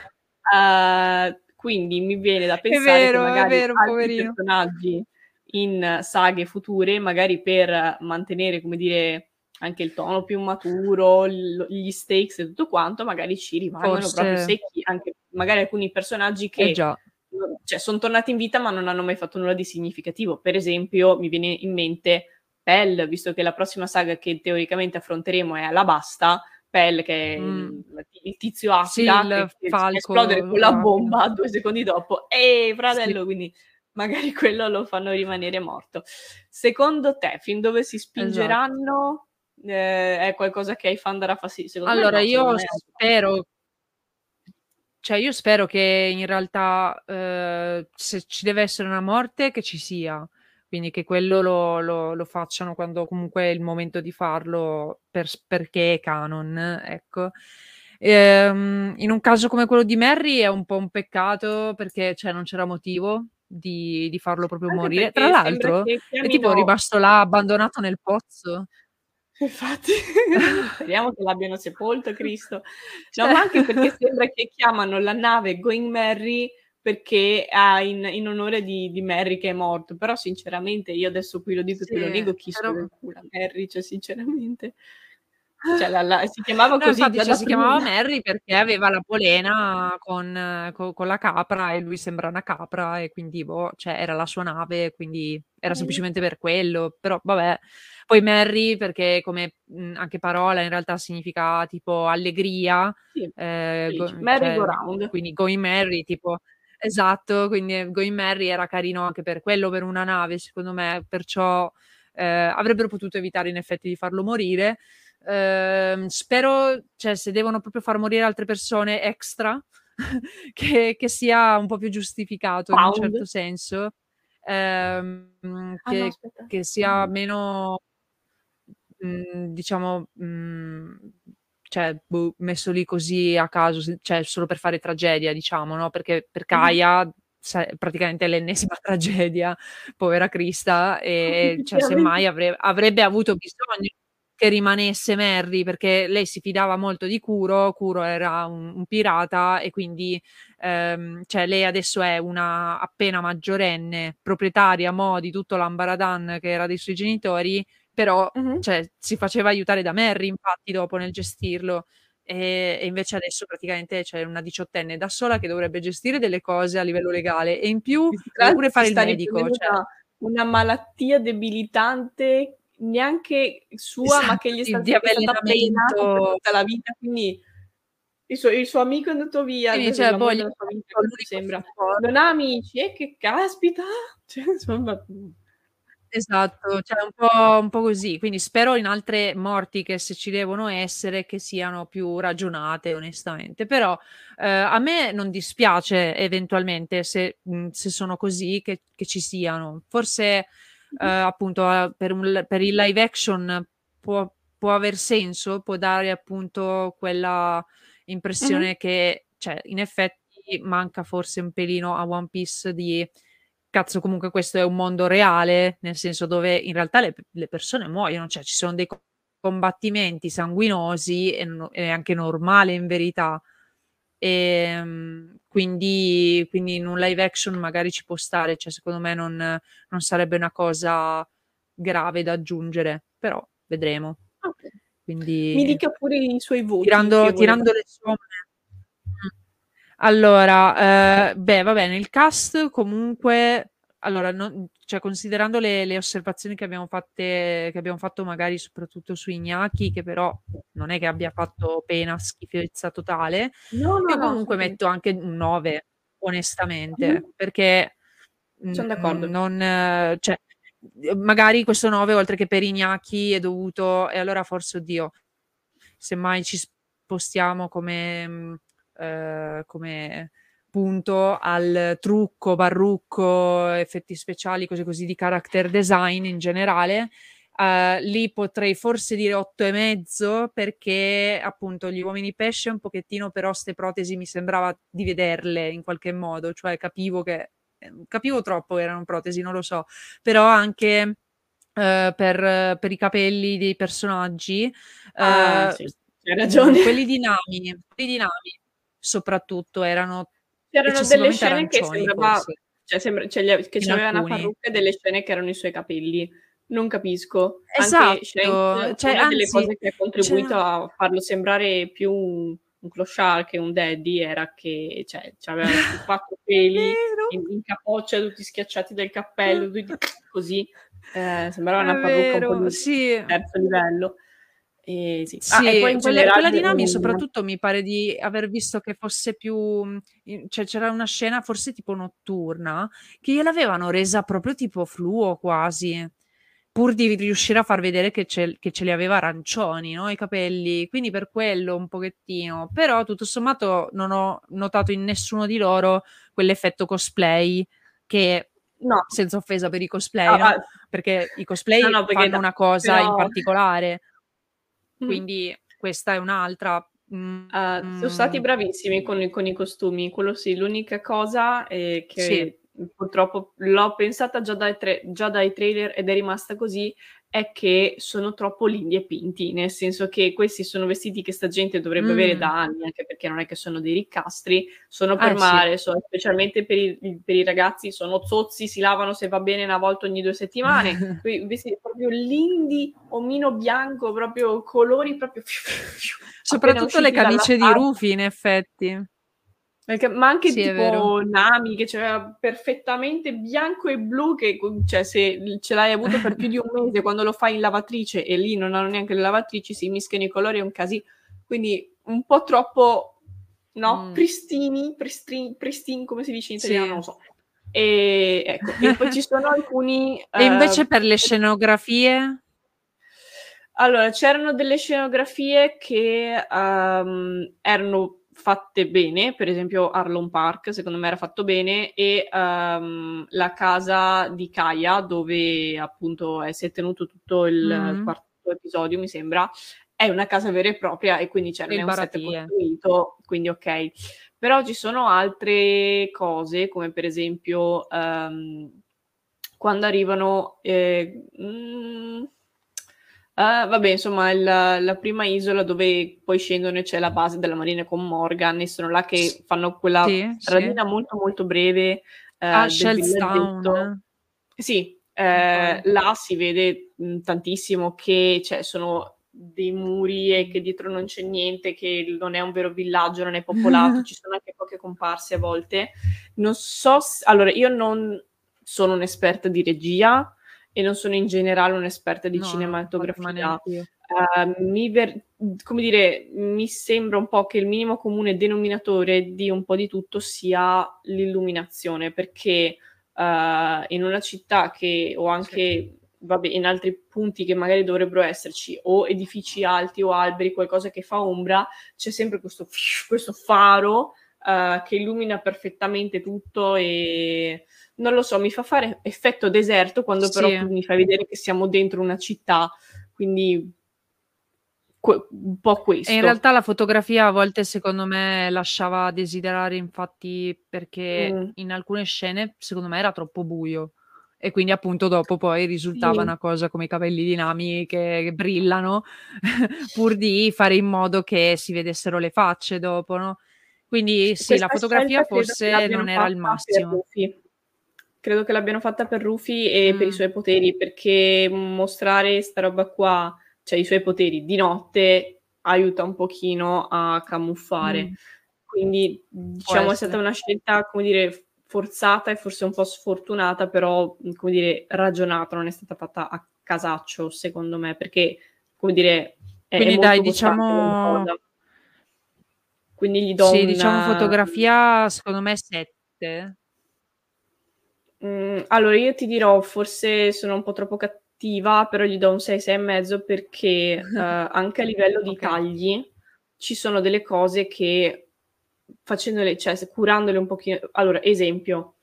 Uhm, quindi mi viene da È pensare che vero, è magari vero, altri poverino. personaggi in saghe future, magari per mantenere, come dire, anche il tono più maturo, l gli stakes e tutto quanto, magari ci rimangono proprio Forse secchi, anche magari alcuni personaggi Eh che già. non cioè son tornati in vita, ma non hanno mai fatto nulla di significativo. Per esempio, mi viene in mente Pell, visto che la prossima saga che teoricamente affronteremo è Alabasta, Pell che è Mh. il il tizio Sì, Aquila il che che si fa esplodere falco con la rapido. bomba, due secondi dopo: "Ehi Sì. fratello!" Quindi magari quello lo fanno rimanere morto. Secondo te, fin dove si Esatto. spingeranno? Ehm, è qualcosa che ai fan darà fastidi? Secondo me Allora no, secondo io me spero cioè io spero che in realtà, uhm, se ci deve essere una morte che ci sia, quindi che quello lo lo lo facciano quando comunque è il momento di farlo per s perché è canon, ecco. Ehm, in un caso come quello di Merry è un po' un peccato perché, cioè, non c'era motivo di di farlo proprio Anche morire. Tra perché sembra l'altro che è tipo chiamino rimasto là abbandonato nel pozzo. Infatti, speriamo che l'abbiano sepolto Cristo. No, ceh ma anche perché sembra che chiamano la nave Going Merry perché ha in in onore di di Merry che è morto, però sinceramente io adesso qui lo dico e Sì, qui lo nego, chi se però lo cura Merry? ceh sinceramente. ceh la la si chiamava No, così infatti, già cioè da si chiamava prima. Merry perché aveva la polena con co con la capra e lui sembra una capra e quindi boh, cioè era la sua nave, quindi era semplicemente per quello. Però vabbè. Poi Merry perché come, mhmm, anche parola in realtà significa tipo allegria, Sì, ehm, felici. go Merry go cioè round. quindi Going Merry tipo esatto, quindi Going Merry era carino anche per quello, per una nave secondo me, perciò, ehm, avrebbero potuto evitare in effetti di farlo morire. Ehm, spero cioè se devono proprio far morire altre persone extra, che che sia un po' più giustificato in un certo Pound. senso, ehm, Ah no, che aspetta. che sia meno mhmm, diciamo, mhmm, cioè boh, messo lì così a caso, s cioè solo per fare tragedia diciamo, no, perché per Mh-mh. Kaya sa praticamente è l'ennesima tragedia, povera Krista, e cioè Effettivamente. semmai avre avrebbe avuto bisogno che rimanesse Merry, perché lei si fidava molto di Kuro, Kuro era un un pirata e quindi, ehm, cioè lei adesso è una appena maggiorenne, proprietaria mo' di tutto l'Ambaradan che era dei suoi genitori, però Mh-mh. cioè si faceva aiutare da Merry infatti dopo nel gestirlo. E e invece adesso praticamente c'è una diciottenne da sola che dovrebbe gestire delle cose a livello legale e in più Quindi tra deve l'altro pure si fare il sta medico, riprendendo cioè da una malattia debilitante, neanche sua, ma che Esatto, gli è di sta di è stata avvelenata per avvelenamento tutta la vita, quindi il suo il suo amico è andato via, Quindi d cioè boh, l'amore gli della sua vita, così l'unico sembra. Non ha supporto amici? E che caspita! ceh insomma, mhmm Esatto, cioè un po' un po' così. Quindi spero in altre morti che se ci devono essere, che siano più ragionate onestamente. Però, ehm, a me non dispiace eventualmente se mhmm, se sono così che che ci siano. Forse, ehm, Mh-mh. appunto, uhm, per un l per il live action può può aver senso, può dare appunto quella Mh-mh. impressione che cioè in effetti manca forse un pelino a One Piece di cazzo, comunque questo è un mondo reale, nel senso dove in realtà le, le persone muoiono, cioè ci sono dei combattimenti sanguinosi e no, è anche normale in verità. E, quindi, quindi in un live action magari ci può stare, cioè secondo me non, non sarebbe una cosa grave da aggiungere, però vedremo. Okay. Quindi, mi dica pure i suoi voti tirando, che tirando le somme. Allora, eh, beh, va bene, il cast comunque, allora, non, cioè, considerando le, le osservazioni che abbiamo, fatte, che abbiamo fatto magari soprattutto su Iñaki, che però non è che abbia fatto pena, schifezza totale, no, no, io no, comunque metto anche un nove, onestamente, mm-hmm. perché Sono d'accordo. non, cioè, magari questo nove, oltre che per Iñaki, è dovuto, e allora forse, oddio, semmai ci spostiamo come, eh, come punto al trucco, barrucco, effetti speciali, cose così di character design in generale, uh, lì potrei forse dire otto e mezzo, perché appunto gli uomini pesce un pochettino, però ste protesi mi sembrava di vederle in qualche modo, cioè capivo che capivo troppo che erano protesi, non lo so, però anche Uh, per, per i capelli dei personaggi, ah, uh, sì, hai ragione. Mh, quelli di Nami, quelli di Nami soprattutto erano c'erano delle eccessivamente scene che arancioni, sembrava, forse. cioè, sembra, cioè, gli, che In c'aveva una alcuni. parrucca e delle scene che erano i suoi capelli. Non capisco. Anche Esatto, Shanks, cioè una delle anzi, cose che ha cioè contribuito a farlo sembrare più un, un clochard che un daddy era che, cioè, c'aveva questi quattro peli in, in capoccia, tutti schiacciati del cappello, tutti così. Eh, sembrava È una parrucca un po' vero, di sì. terzo livello. E, sì. Ah, e poi Sì, in quelle, quella di generale Nami un... soprattutto mi pare di aver visto che fosse più, cioè c'era una scena forse tipo notturna che gliel'avevano resa proprio tipo fluo quasi, pur di riuscire a far vedere che ce, che ce li aveva arancioni, no? I capelli, quindi per quello un pochettino, però tutto sommato non ho notato in nessuno di loro quell'effetto cosplay che, no, senza offesa per i cosplay, ah, no? ah, Perché i no, cosplay no, perché fanno da, una cosa in però particolare. mm-hmm. Quindi questa è un'altra. Mm, Uh, sono stati bravissimi con i, con i costumi, quello sì. L'unica cosa è sì. che purtroppo l'ho pensata già dai, tra- già dai trailer ed è rimasta così, è che sono troppo lunghi e pinti, nel senso che questi sono vestiti che sta gente dovrebbe avere Mm. da anni, anche perché non è che sono dei riccastri, sono per Eh, mare, sì. sono, specialmente per i, per i ragazzi, sono zozzi, si lavano se va bene una volta ogni due settimane, quei vestiti proprio lindi, omino bianco, proprio colori proprio appena Soprattutto le usciti dalla camicie di salsa. Rufy, in effetti. Perché, ma anche Sì, è vero. tipo Nami che c'era perfettamente bianco e blu, che cioè, se ce l'hai avuto per più di un mese quando lo fai in lavatrice e lì non hanno neanche le lavatrici, si mischiano i colori, è un casino. Quindi un po' troppo, no? Mm. Pristini, pristini, pristini, come si dice in italiano, Sì. non lo so. E ecco, e poi ci sono alcuni... E invece uh, per le scenografie? Allora, c'erano delle scenografie che um, erano fatte bene, per esempio Arlon Park, secondo me era fatto bene, e um, la casa di Kaya, dove appunto è, si è tenuto tutto il Mm. quarto episodio, mi sembra, è una casa vera e propria e quindi cioè, non Il è un set baratie. costruito, quindi ok. Però ci sono altre cose, come per esempio um, quando arrivano... Eh, mm, Uh, vabbè, insomma, il, la prima isola dove poi scendono e c'è la base della Marina con Morgan e sono là che fanno quella Sì, sì. stradina molto molto breve Ah, uh, del villaggetto. Shellstown. Sì, eh, Okay. là si vede mh, tantissimo che cioè, sono dei muri e che dietro non c'è niente, che non è un vero villaggio, non è popolato, ci sono anche poche comparse a volte. Non so, se, allora io non sono un'esperta di regia e non sono in generale un'esperta di No, no, infatti, ma cinematografia. neanch'io. Uh, mi ver- come dire, mi sembra un po' che il minimo comune denominatore di un po' di tutto sia l'illuminazione, perché uh, in una città che o anche sì. vabbè, in altri punti che magari dovrebbero esserci o edifici alti o alberi, qualcosa che fa ombra, c'è sempre questo, questo faro uh, che illumina perfettamente tutto e non lo so, mi fa fare effetto deserto quando Sì. però tu mi fai vedere che siamo dentro una città, quindi que- un po' E in questo. realtà la fotografia a volte secondo me lasciava a desiderare, infatti, perché Mm. in alcune scene secondo me era troppo buio e quindi appunto dopo poi risultava Sì. una cosa come i capelli di Nami che, che brillano pur di fare in modo che si vedessero le facce dopo, no? Quindi sì, la Questa fotografia scelta credo che forse l'abbiano non era il fatta per massimo. Rufy. Credo che l'abbiano fatta per Rufy e per i Mm, suoi poteri, perché mostrare sta roba qua, cioè i suoi poteri di notte, aiuta un pochino a camuffare. mm, Quindi può diciamo è stata essere. una scelta, come dire, forzata e forse un po' sfortunata, però come dire, ragionata, non è stata fatta a casaccio, secondo me, perché come dire, è, è Quindi dai, molto costante come diciamo, cosa. Quindi gli do sì, un... diciamo uh, fotografia secondo me sette. Mm, allora io ti dirò, forse sono un po' troppo cattiva, però gli do un sei, sei e mezzo perché eh, anche a livello di Ok. tagli ci sono delle cose che facendole, cioè se- curandole un pochino. Allora, esempio,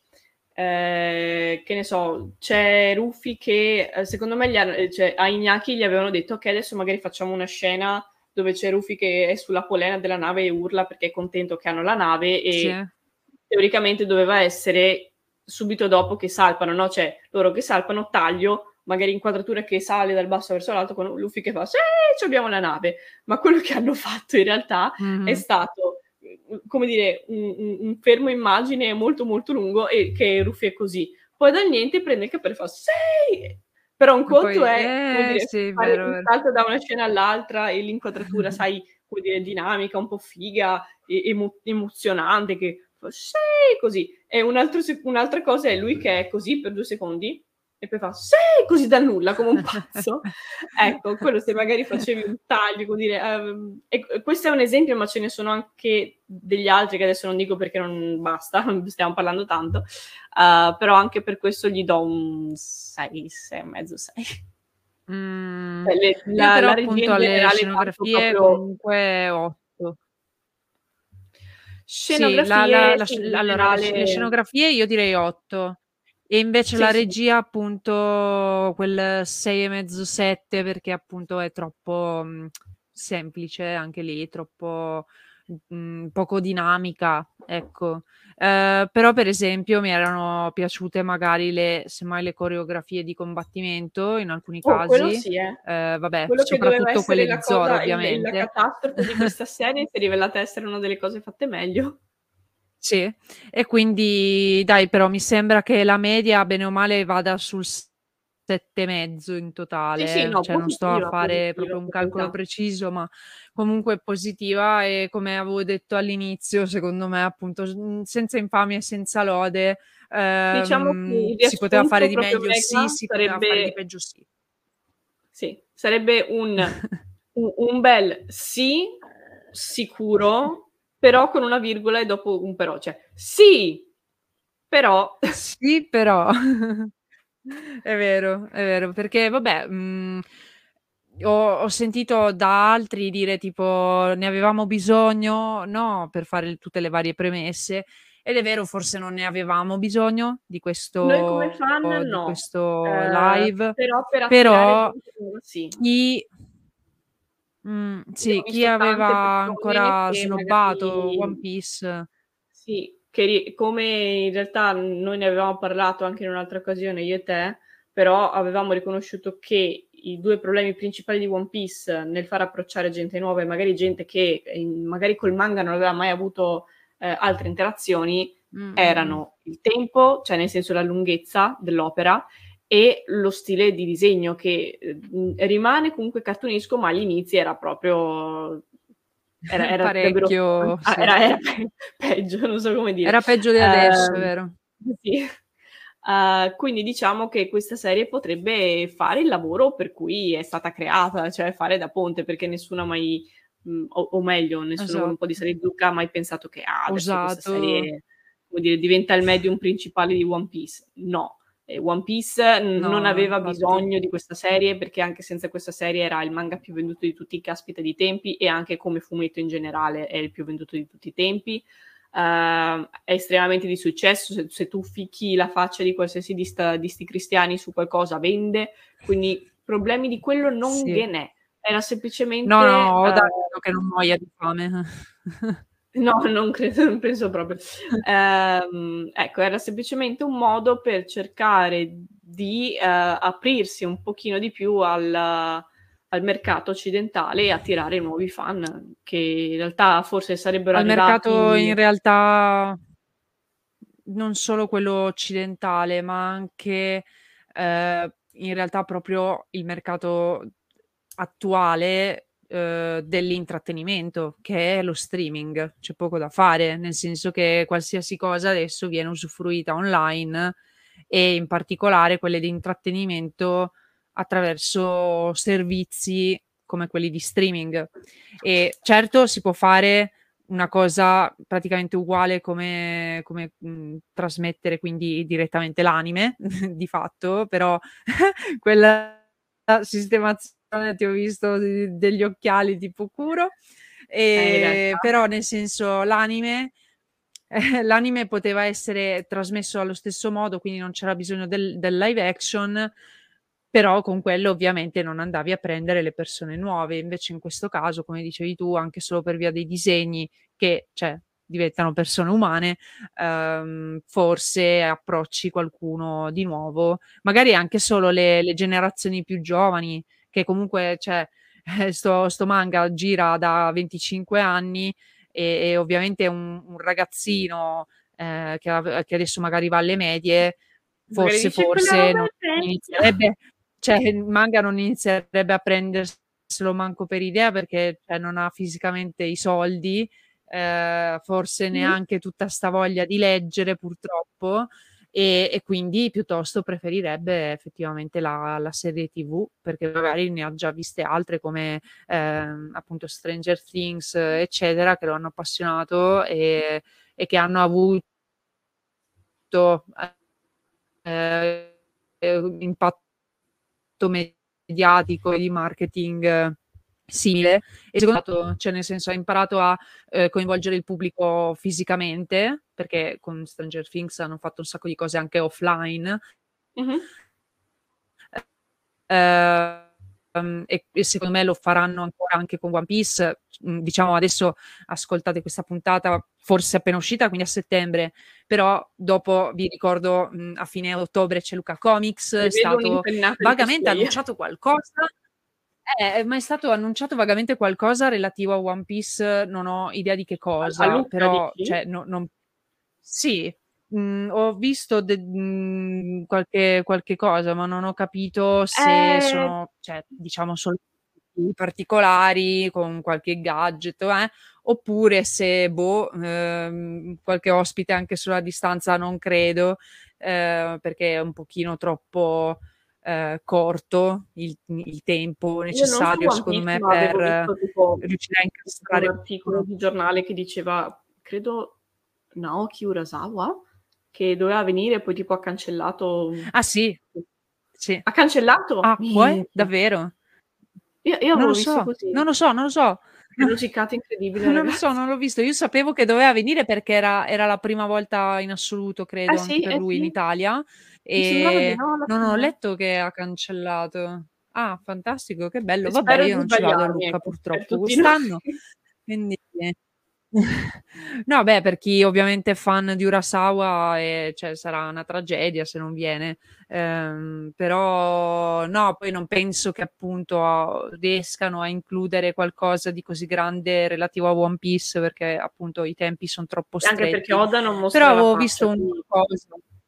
eh, che ne so, c'è Rufy che eh, secondo me gli hanno- eh, cioè, a Iñaki gli avevano detto ok, adesso magari facciamo una scena dove c'è Rufy che è sulla polena della nave e urla perché è contento che hanno la nave Sì. e teoricamente doveva essere subito dopo che salpano, no? Cioè loro che salpano, taglio, magari inquadratura che sale dal basso verso l'alto con Luffy che fa sì, ci abbiamo la nave, ma quello che hanno fatto in realtà è Mhm. stato, come dire, un, un- un fermo immagine molto molto lungo e che Luffy è così. Poi dal niente prende il cappello e fa sì! Però un E poi, conto è, come eh, dire, sì, fare vero, il vero. salto da una scena all'altra e l'inquadratura, sai, come dire, dinamica, un po' figa, e- emo- emozionante, che fa sì, così. E un altro sec- un'altra cosa è lui che è così per due secondi e poi fa sì, così dal nulla, come un pazzo. Ecco, quello se magari facevi un taglio, come dire, ehm, e questo è un esempio, ma ce ne sono anche degli altri che adesso non dico perché non basta, stiamo parlando tanto, uh, però anche per questo gli do un sei, sei e mezzo, sei. Mm, Cioè, le- io la, però la regia appunto in alle generale tanto scenografie proprio comunque otto. Sì, la, la- scenografie, la sì, sc- in allora le, sc- le generale scenografie io direi otto e invece sì, la sì. regia appunto quel sei e mezzo sette perché appunto è troppo mh, semplice anche lì, troppo mh, poco dinamica, ecco. Eh, però per esempio mi erano piaciute magari le, semmai le coreografie di combattimento in alcuni Oh, quello casi, sì, eh. eh, vabbè, Quello che doveva soprattutto essere quelle di la Zoro cosa, il- il- la ovviamente. catastrofe di questa serie si è rivelata essere una delle cose fatte meglio. Sì, e quindi dai, però mi sembra che la media, bene o male, vada sul sette e mezzo in Sì, sì, totale, no, cioè non sto a positiva, fare positiva, proprio un per calcolo carità. preciso, ma comunque è positiva e come avevo detto all'inizio, secondo me, appunto, s- senza infamia e senza lode, Diciamo che ehm, il si poteva fare riassunto di proprio meglio, sì, mega si poteva fare di sarebbe, peggio, sì. sì, sarebbe un, un, un bel sì, sicuro, però con una virgola e dopo un però, cioè sì, però Sì, però è vero, è vero, perché vabbè, mhmm, ho ho sentito da altri dire tipo: "Ne avevamo bisogno?" No, per fare tutte le varie premesse. Ed è vero, forse non ne avevamo bisogno di noi come questo fan di no, questo Eh, live, però per attirare però gente sì. chi mhmm, Io ho sì, chi visto tante aveva persone ancora che snobbato One magari Piece. sì, che ri- come in realtà noi ne avevamo parlato anche in un'altra occasione, io e te, però avevamo riconosciuto che i due problemi principali di One Piece nel far approcciare gente nuova e magari gente che eh, magari col manga non aveva mai avuto eh, altre interazioni Mh, mh, mh. erano il tempo, cioè nel senso la lunghezza dell'opera e lo stile di disegno che eh, rimane comunque cartunesco, ma agli inizi era proprio era, era davvero Parecchio, ah, sì. era, era pe- peggio, non so come dire. Era peggio di adesso, è Ehm, vero. sì. Eh, quindi diciamo che questa serie potrebbe fare il lavoro per cui è stata creata, cioè fare da ponte, perché nessuno ha mai, mh, o, o meglio, nessuno con un po' di Esatto. serie zucca ha mai pensato che ah, adesso questa Osato. serie, come dire, diventa il medium principale di One Piece. No, eh, One Piece n- non No, aveva infatti. bisogno di questa serie perché anche senza questa serie era il manga più venduto di tutti i caspita di tempi e anche come fumetto in generale è il più venduto di tutti i tempi. Uh, è estremamente di successo, se, se tu ficchi la faccia di qualsiasi di, sta, di sti cristiani su qualcosa vende, quindi problemi di quello non Sì. gliene è. era semplicemente, No, no, Oda ehm credo che non muoia di fame. No, non credo, non penso proprio. Ehm, ecco, era semplicemente un modo per cercare di, ehm, aprirsi un pochino di più al al mercato occidentale e attirare nuovi fan, che in realtà forse sarebbero Al mercato in arrivati realtà non solo quello occidentale, ma anche, ehm, in realtà proprio il mercato attuale, uhm, dell'intrattenimento, che è lo streaming. C'è poco da fare, nel senso che qualsiasi cosa adesso viene usufruita online e in particolare quelle di intrattenimento attraverso servizi come quelli di streaming. E certo si può fare una cosa praticamente uguale come come, mhmm, trasmettere quindi direttamente l'anime di fatto, però quella sistemazione ti ho visto d degli occhiali tipo Kuro, Eh, in realtà ehm, però nel senso l'anime l'anime poteva essere trasmesso allo stesso modo, quindi non c'era bisogno del del live action, però con quello ovviamente non andavi a prendere le persone nuove. Invece in questo caso, come dicevi tu, anche solo per via dei disegni che, cioè, diventano persone umane, uhm, forse approcci qualcuno di nuovo, magari anche solo le le generazioni più giovani che comunque, cioè, eh, sto sto manga gira da venticinque anni e e ovviamente un un ragazzino, ehm, che av che adesso magari va alle medie, Magari forse, dice: "Quella forse roba non è vecchia." inizierebbe cioè il manga non inizierebbe a prenderselo manco per idea perché, cioè, non ha fisicamente i soldi, ehm, forse Mh-mh. neanche tutta 'sta voglia di leggere purtroppo, e e quindi piuttosto preferirebbe effettivamente la la serie T V, perché magari ne ha già viste altre come, ehm, appunto Stranger Things, eccetera, che lo hanno appassionato e e che hanno avuto ehm, un impatto mediatico e di marketing simile e secondo cioè nel senso ha imparato a, ehm, coinvolgere il pubblico fisicamente, perché con Stranger Things hanno fatto un sacco di cose anche offline. Mh-mh. Ehm, e e secondo me lo faranno ancora anche con One Piece. Mhmm, diciamo adesso ascoltate questa puntata forse appena uscita, quindi a settembre, però dopo vi ricordo, mhmm, a fine ottobre c'è Lucca Comics, è Prevedo stato un'impennata di vagamente cosplay. annunciato qualcosa eh, ma è stato annunciato vagamente qualcosa relativo a One Piece, non ho idea di che A a cosa, Lucca però dici? cioè no non sì, mhmm, ho visto de mhmm, qualche qualche cosa, ma non ho capito se Eh sono cioè diciamo sol particolari con qualche gadget o eh, oppure se boh, ehm, qualche ospite anche solo a distanza non credo, ehm, perché è un pochino troppo, ehm, corto il il tempo Io non su necessario One secondo Piece, me ma avevo per visto tipo riuscire a tipo un incastrare articolo qualcuno. di giornale che diceva, credo Naoki Urasawa, che doveva venire e poi tipo ha cancellato Ah sì, sì. ha cancellato? Ah, può è? Minchia. Davvero? Io io Non avevo lo visto so, così. non lo so, non lo so. Che rosicata incredibile Non lo so, ragazzi. non l'ho visto. Io sapevo che doveva venire perché era era la prima volta in assoluto, Eh credo, anche sì, per eh lui in sì. Italia, Mi sembrava di e no alla non ho fine. letto che ha cancellato. Ah, fantastico, che bello. E Vabbè, spero io di non ci vado a sbagliarmi, Lucca ecco, per purtroppo tutti noi. quest'anno, quindi no, beh, per chi ovviamente è fan di Urasawa, ehm, cioè sarà una tragedia se non viene, ehm, però no, poi non penso che appunto riescano a includere qualcosa di così grande relativo a One Piece, perché appunto i tempi son troppo E anche perché stretti. Oda non Però mostra la avevo faccia, visto una quindi cosa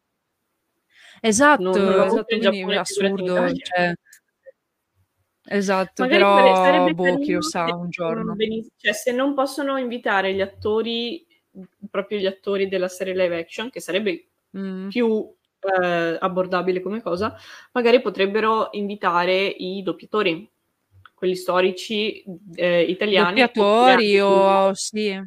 non non Esatto, l'ho avuto esatto, in quindi Giappone, figurati in assurdo, Italia. cioè Esatto, Magari sare però sarebbe boh, chi lo carino sa se un non giorno. veni cioè se non possono invitare gli attori, mhmm, proprio gli attori della serie live action, che sarebbe Mh. più, ehm, abbordabile come cosa, magari potrebbero invitare i doppiatori, quelli storici, ehm, italiani, oppure Doppiatori anche quelli o nuovi. sì.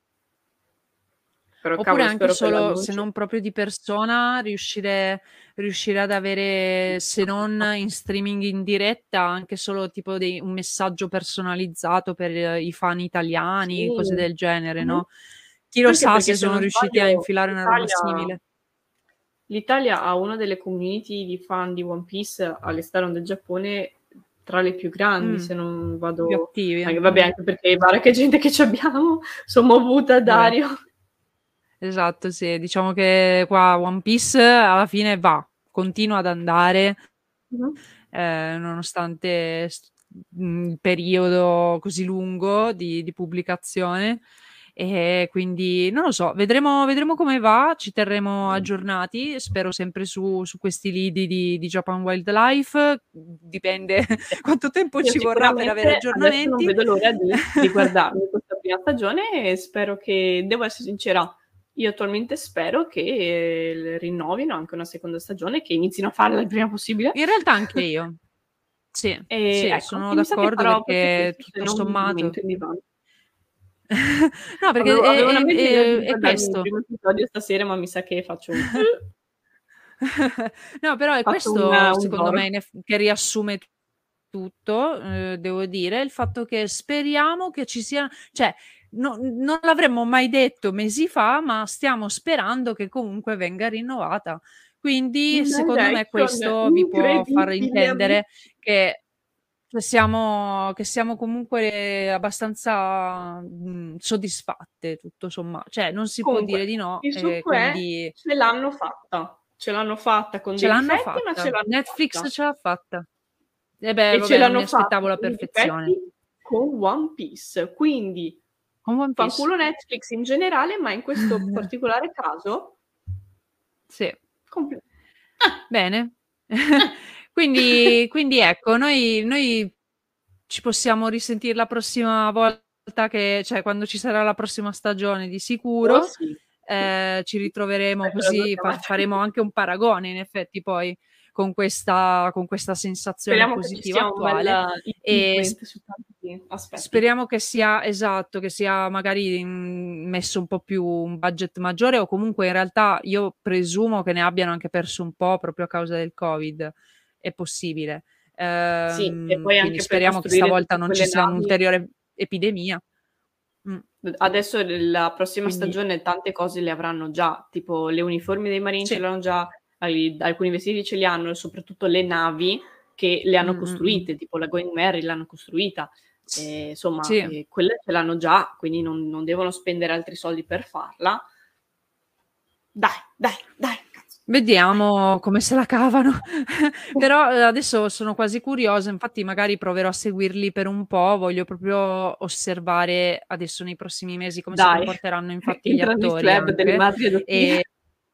Però Oppure cavolo, anche spero che solo se l'annuncio non proprio di persona, riuscire riuscire ad avere, se non in streaming in diretta, anche solo tipo dei un messaggio personalizzato per i fan italiani, Sì. cose del genere, Mh-mh. no, chi lo Anche sa perché se se sono non riusciti a sbaglio infilare una roba l'Italia simile. l'Italia ha una delle community di fan di One Piece all'esterno del Giappone tra le più grandi, Mh. se non Più vado attivi. anche vabbè, Mh. anche perché guarda che gente che c'abbiamo, sommo avuta Vabbè. Dario. Esatto, sì. Diciamo che qua One Piece alla fine va, continua ad andare, Mh-mh. ehm, nonostante st mhmm, il periodo così lungo di di pubblicazione. E quindi non lo so, vedremo vedremo come va, ci terremo aggiornati, spero sempre su su questi lidi di di Japan Wildlife, dipende quanto tempo Io ci vorrà per avere sicuramente adesso non aggiornamenti. vedo l'ora di di guardarmi questa prima stagione e spero che devo essere sincera, io attualmente spero che l rinnovino anche una seconda stagione, che inizino a farla il prima possibile. In realtà anche io. Sì, E sì, ecco, sono e mi sa che d'accordo farò proprio perché questo, se tutto non mi sommato addormento in divano. No, perché Avevo avevo una è è mente idea di è è guardarmi il questo. primo episodio stasera, ma mi sa che faccio un No, però è faccio un questo un secondo me Zoro. in eff che riassume t tutto, uhm, devo dire, il fatto che speriamo che ci sia cioè no non l'avremmo mai detto mesi fa, ma stiamo sperando che comunque venga rinnovata. Quindi Una secondo me election questo vi può far incredibile, intendere amici. che che siamo che siamo comunque abbastanza, mhmm, soddisfatte tutto somma cioè non si può dire Comunque, di no, il e succo è: quindi ce l'hanno fatta. Ce l'hanno fatta con Ce dei l'hanno difetti, ma ce fatta. l'hanno Netflix fatta. ce l'ha fatta. Eh beh, E ce vabbè, non mi l'hanno aspettavo fatta la con i perfezione. difetti con One Piece. Quindi Con One Piece. fanculo Netflix in generale, ma in questo particolare caso Sì. compl ah! Bene. Ah! Quindi quindi ecco, noi noi ci possiamo risentir la prossima volta che cioè quando ci sarà la prossima stagione di Oh sicuro, sì, sì. ehm, ci ritroveremo Aspetto la tua così fa chiamata. faremo anche un paragone in effetti poi con questa con questa sensazione Speriamo che ci positiva sia un bel attuale e s improvement su tanti aspetti. speriamo che sia esatto, che sia magari, mhmm, messo un po' più un budget maggiore o comunque in realtà io presumo che ne abbiano anche perso un po' proprio a causa del Covid. È possibile. Sì, e Ehm, poi quindi anche per speriamo che costruire stavolta tutte non ci quelle sia navi un'ulteriore epidemia. Mh. D adesso l la prossima Quindi stagione tante cose le avranno già, tipo le uniformi dei marine ce Sì. l'hanno già, ai alcuni vestiti ce li hanno e soprattutto le navi che le Mh, hanno mh, mh. costruite, tipo la Going Merry l'hanno costruita. Ehm, insomma, Sì. ehm, quelle ce l'hanno già, quindi non non devono spendere altri soldi per farla. Dai, dai, dai, cazzo. Dai. Vediamo come se la cavano. Però, uhm, adesso sono quasi curiosa, infatti magari proverò a seguirli per un po', voglio proprio osservare adesso nei prossimi mesi come si Dai, comporteranno infatti gli entra nel attori club delle anche. madri E adottive.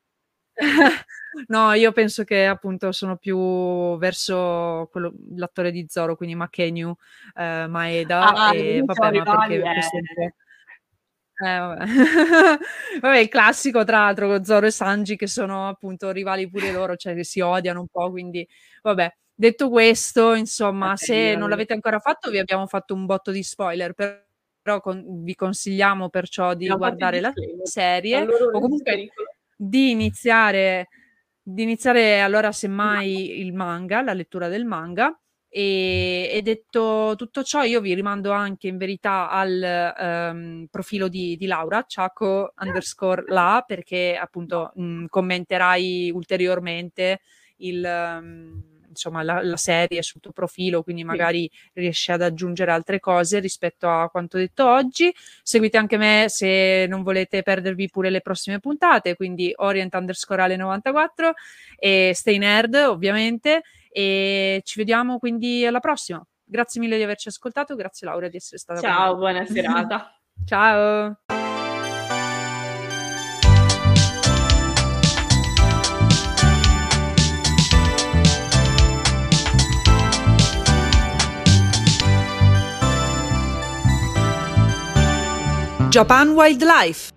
no, io penso che appunto sono più verso quello l'attore di Zoro, quindi Mackenyu, ehm, Maeda, Ah, e noi siamo vabbè, ma rivali, perché questo è un eh. po' eh vabbè. Vabbè il classico tra l'altro con Zoro e Sanji che sono appunto rivali pure loro, cioè che si odiano un po', quindi vabbè. Detto questo, insomma, se non l'avete ancora fatto vi abbiamo fatto un botto di spoiler, però con vi consigliamo perciò di Abbiamo fatto il guardare la disclaimer, serie o dall'orrore del comunque pericolo. di iniziare di iniziare allora semmai il manga, la lettura del manga. E e detto tutto ciò io vi rimando anche in verità al, uhm, profilo di di Laura, Chaco underscore la, perché appunto, mhmm, commenterai ulteriormente il mhmm, insomma la la serie sul tuo profilo, quindi Sì. magari riesci ad aggiungere altre cose rispetto a quanto detto oggi. Seguite anche me se non volete perdervi pure le prossime puntate, quindi orient underscore ale novantaquattro e stay nerd ovviamente, e ci vediamo quindi alla prossima. Grazie mille di averci ascoltato, grazie Laura di essere stata con me. Ciao, buona serata. Ciao. Japan Wildlife